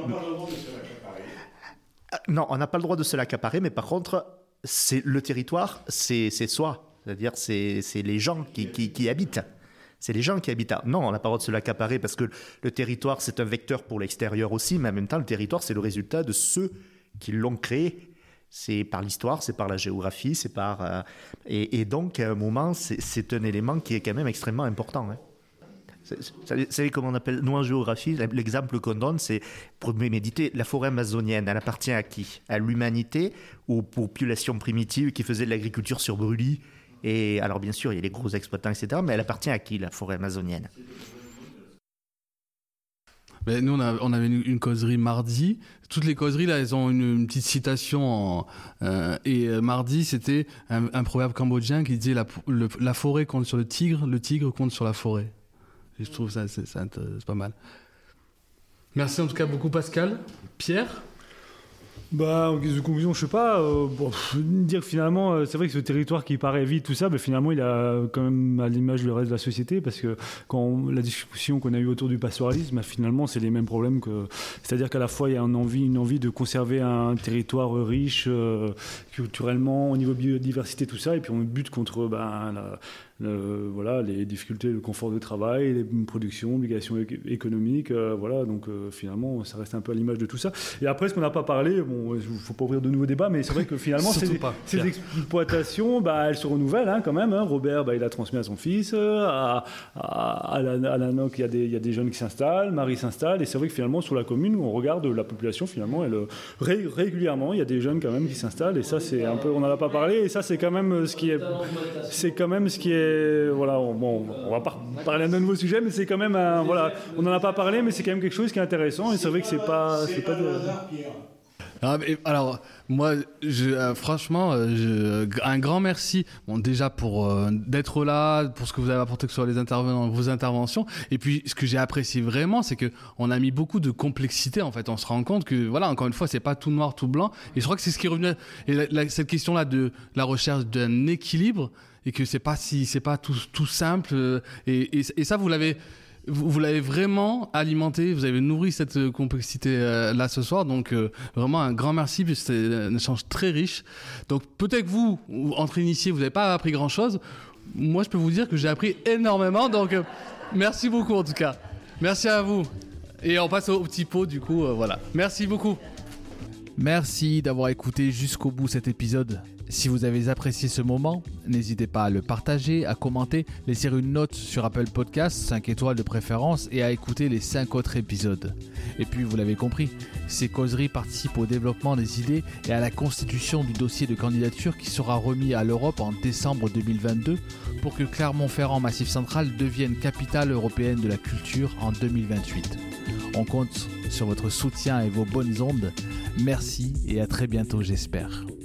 Non, on n'a pas le droit de se l'accaparer, mais par contre, le territoire, c'est soi. C'est-à-dire, c'est les gens qui habitent. C'est les gens qui habitent. Non, on n'a pas le droit de se l'accaparer parce que le territoire, c'est un vecteur pour l'extérieur aussi, mais en même temps, le territoire, c'est le résultat de ceux qui l'ont créé. C'est par l'histoire, c'est par la géographie, c'est par... Et donc, à un moment, c'est un élément qui est quand même extrêmement important, hein. Vous savez comment on appelle, nous en géographie, l'exemple qu'on donne, c'est pour méditer, la forêt amazonienne, elle appartient à qui? À l'humanité ou aux populations primitives qui faisaient de l'agriculture sur brûlis? Et alors bien sûr, il y a les gros exploitants, etc., mais elle appartient à qui, la forêt amazonienne? Nous, on avait une causerie mardi. Toutes les causeries, là, elles ont une petite citation. Et mardi, c'était un proverbe cambodgien qui disait la forêt compte sur le tigre compte sur la forêt. Et je trouve ça c'est pas mal. Merci en tout cas beaucoup Pascal. Pierre? En guise de conclusion, je sais pas. Dire que finalement, c'est vrai que ce territoire qui paraît vide, tout ça, finalement, il a quand même à l'image du reste de la société, parce que la discussion qu'on a eue autour du pastoralisme, finalement, c'est les mêmes problèmes c'est-à-dire qu'à la fois, il y a une envie de conserver un territoire riche culturellement, au niveau biodiversité, tout ça, et puis on bute contre les difficultés, le confort de travail, les productions, obligations économiques, donc finalement, ça reste un peu à l'image de tout ça. Et après, ce qu'on n'a pas parlé, il ne faut pas ouvrir de nouveaux débats, mais c'est vrai que finalement, ces exploitations, elles se renouvellent quand même. Robert, il a transmis à son fils, à la NOC, il y a des jeunes qui s'installent, Marie s'installe, et c'est vrai que finalement, sur la commune, on regarde la population, finalement, régulièrement, il y a des jeunes quand même qui s'installent, et ça, c'est un peu, on n'en a pas parlé, et ça, c'est quand même ce qui est, on va pas parler d'un nouveau sujet, mais c'est quand même on n'en a pas parlé, mais c'est quand même quelque chose qui est intéressant, et c'est vrai que c'est pas de... Alors, moi, franchement, un grand merci. Déjà pour d'être là, pour ce que vous avez apporté que sur vos interventions. Et puis, ce que j'ai apprécié vraiment, c'est que on a mis beaucoup de complexité. En fait, on se rend compte que, encore une fois, c'est pas tout noir, tout blanc. Et je crois que c'est ce qui est revenu. Et cette question-là de la recherche d'un équilibre, et que c'est pas tout simple. Et ça, vous l'avez vraiment alimenté, vous avez nourri cette complexité là ce soir, donc vraiment un grand merci, puis c'était un échange très riche. Donc peut-être que vous, entre initiés, vous n'avez pas appris grand-chose. Moi, je peux vous dire que j'ai appris énormément, donc merci beaucoup en tout cas. Merci à vous. Et on passe au petit pot du coup, voilà. Merci beaucoup. Merci d'avoir écouté jusqu'au bout cet épisode. Si vous avez apprécié ce moment, n'hésitez pas à le partager, à commenter, laisser une note sur Apple Podcasts, 5 étoiles de préférence, et à écouter les 5 autres épisodes. Et puis, vous l'avez compris, ces causeries participent au développement des idées et à la constitution du dossier de candidature qui sera remis à l'Europe en décembre 2022 pour que Clermont-Ferrand Massif Central devienne capitale européenne de la culture en 2028. On compte sur votre soutien et vos bonnes ondes. Merci et à très bientôt, j'espère.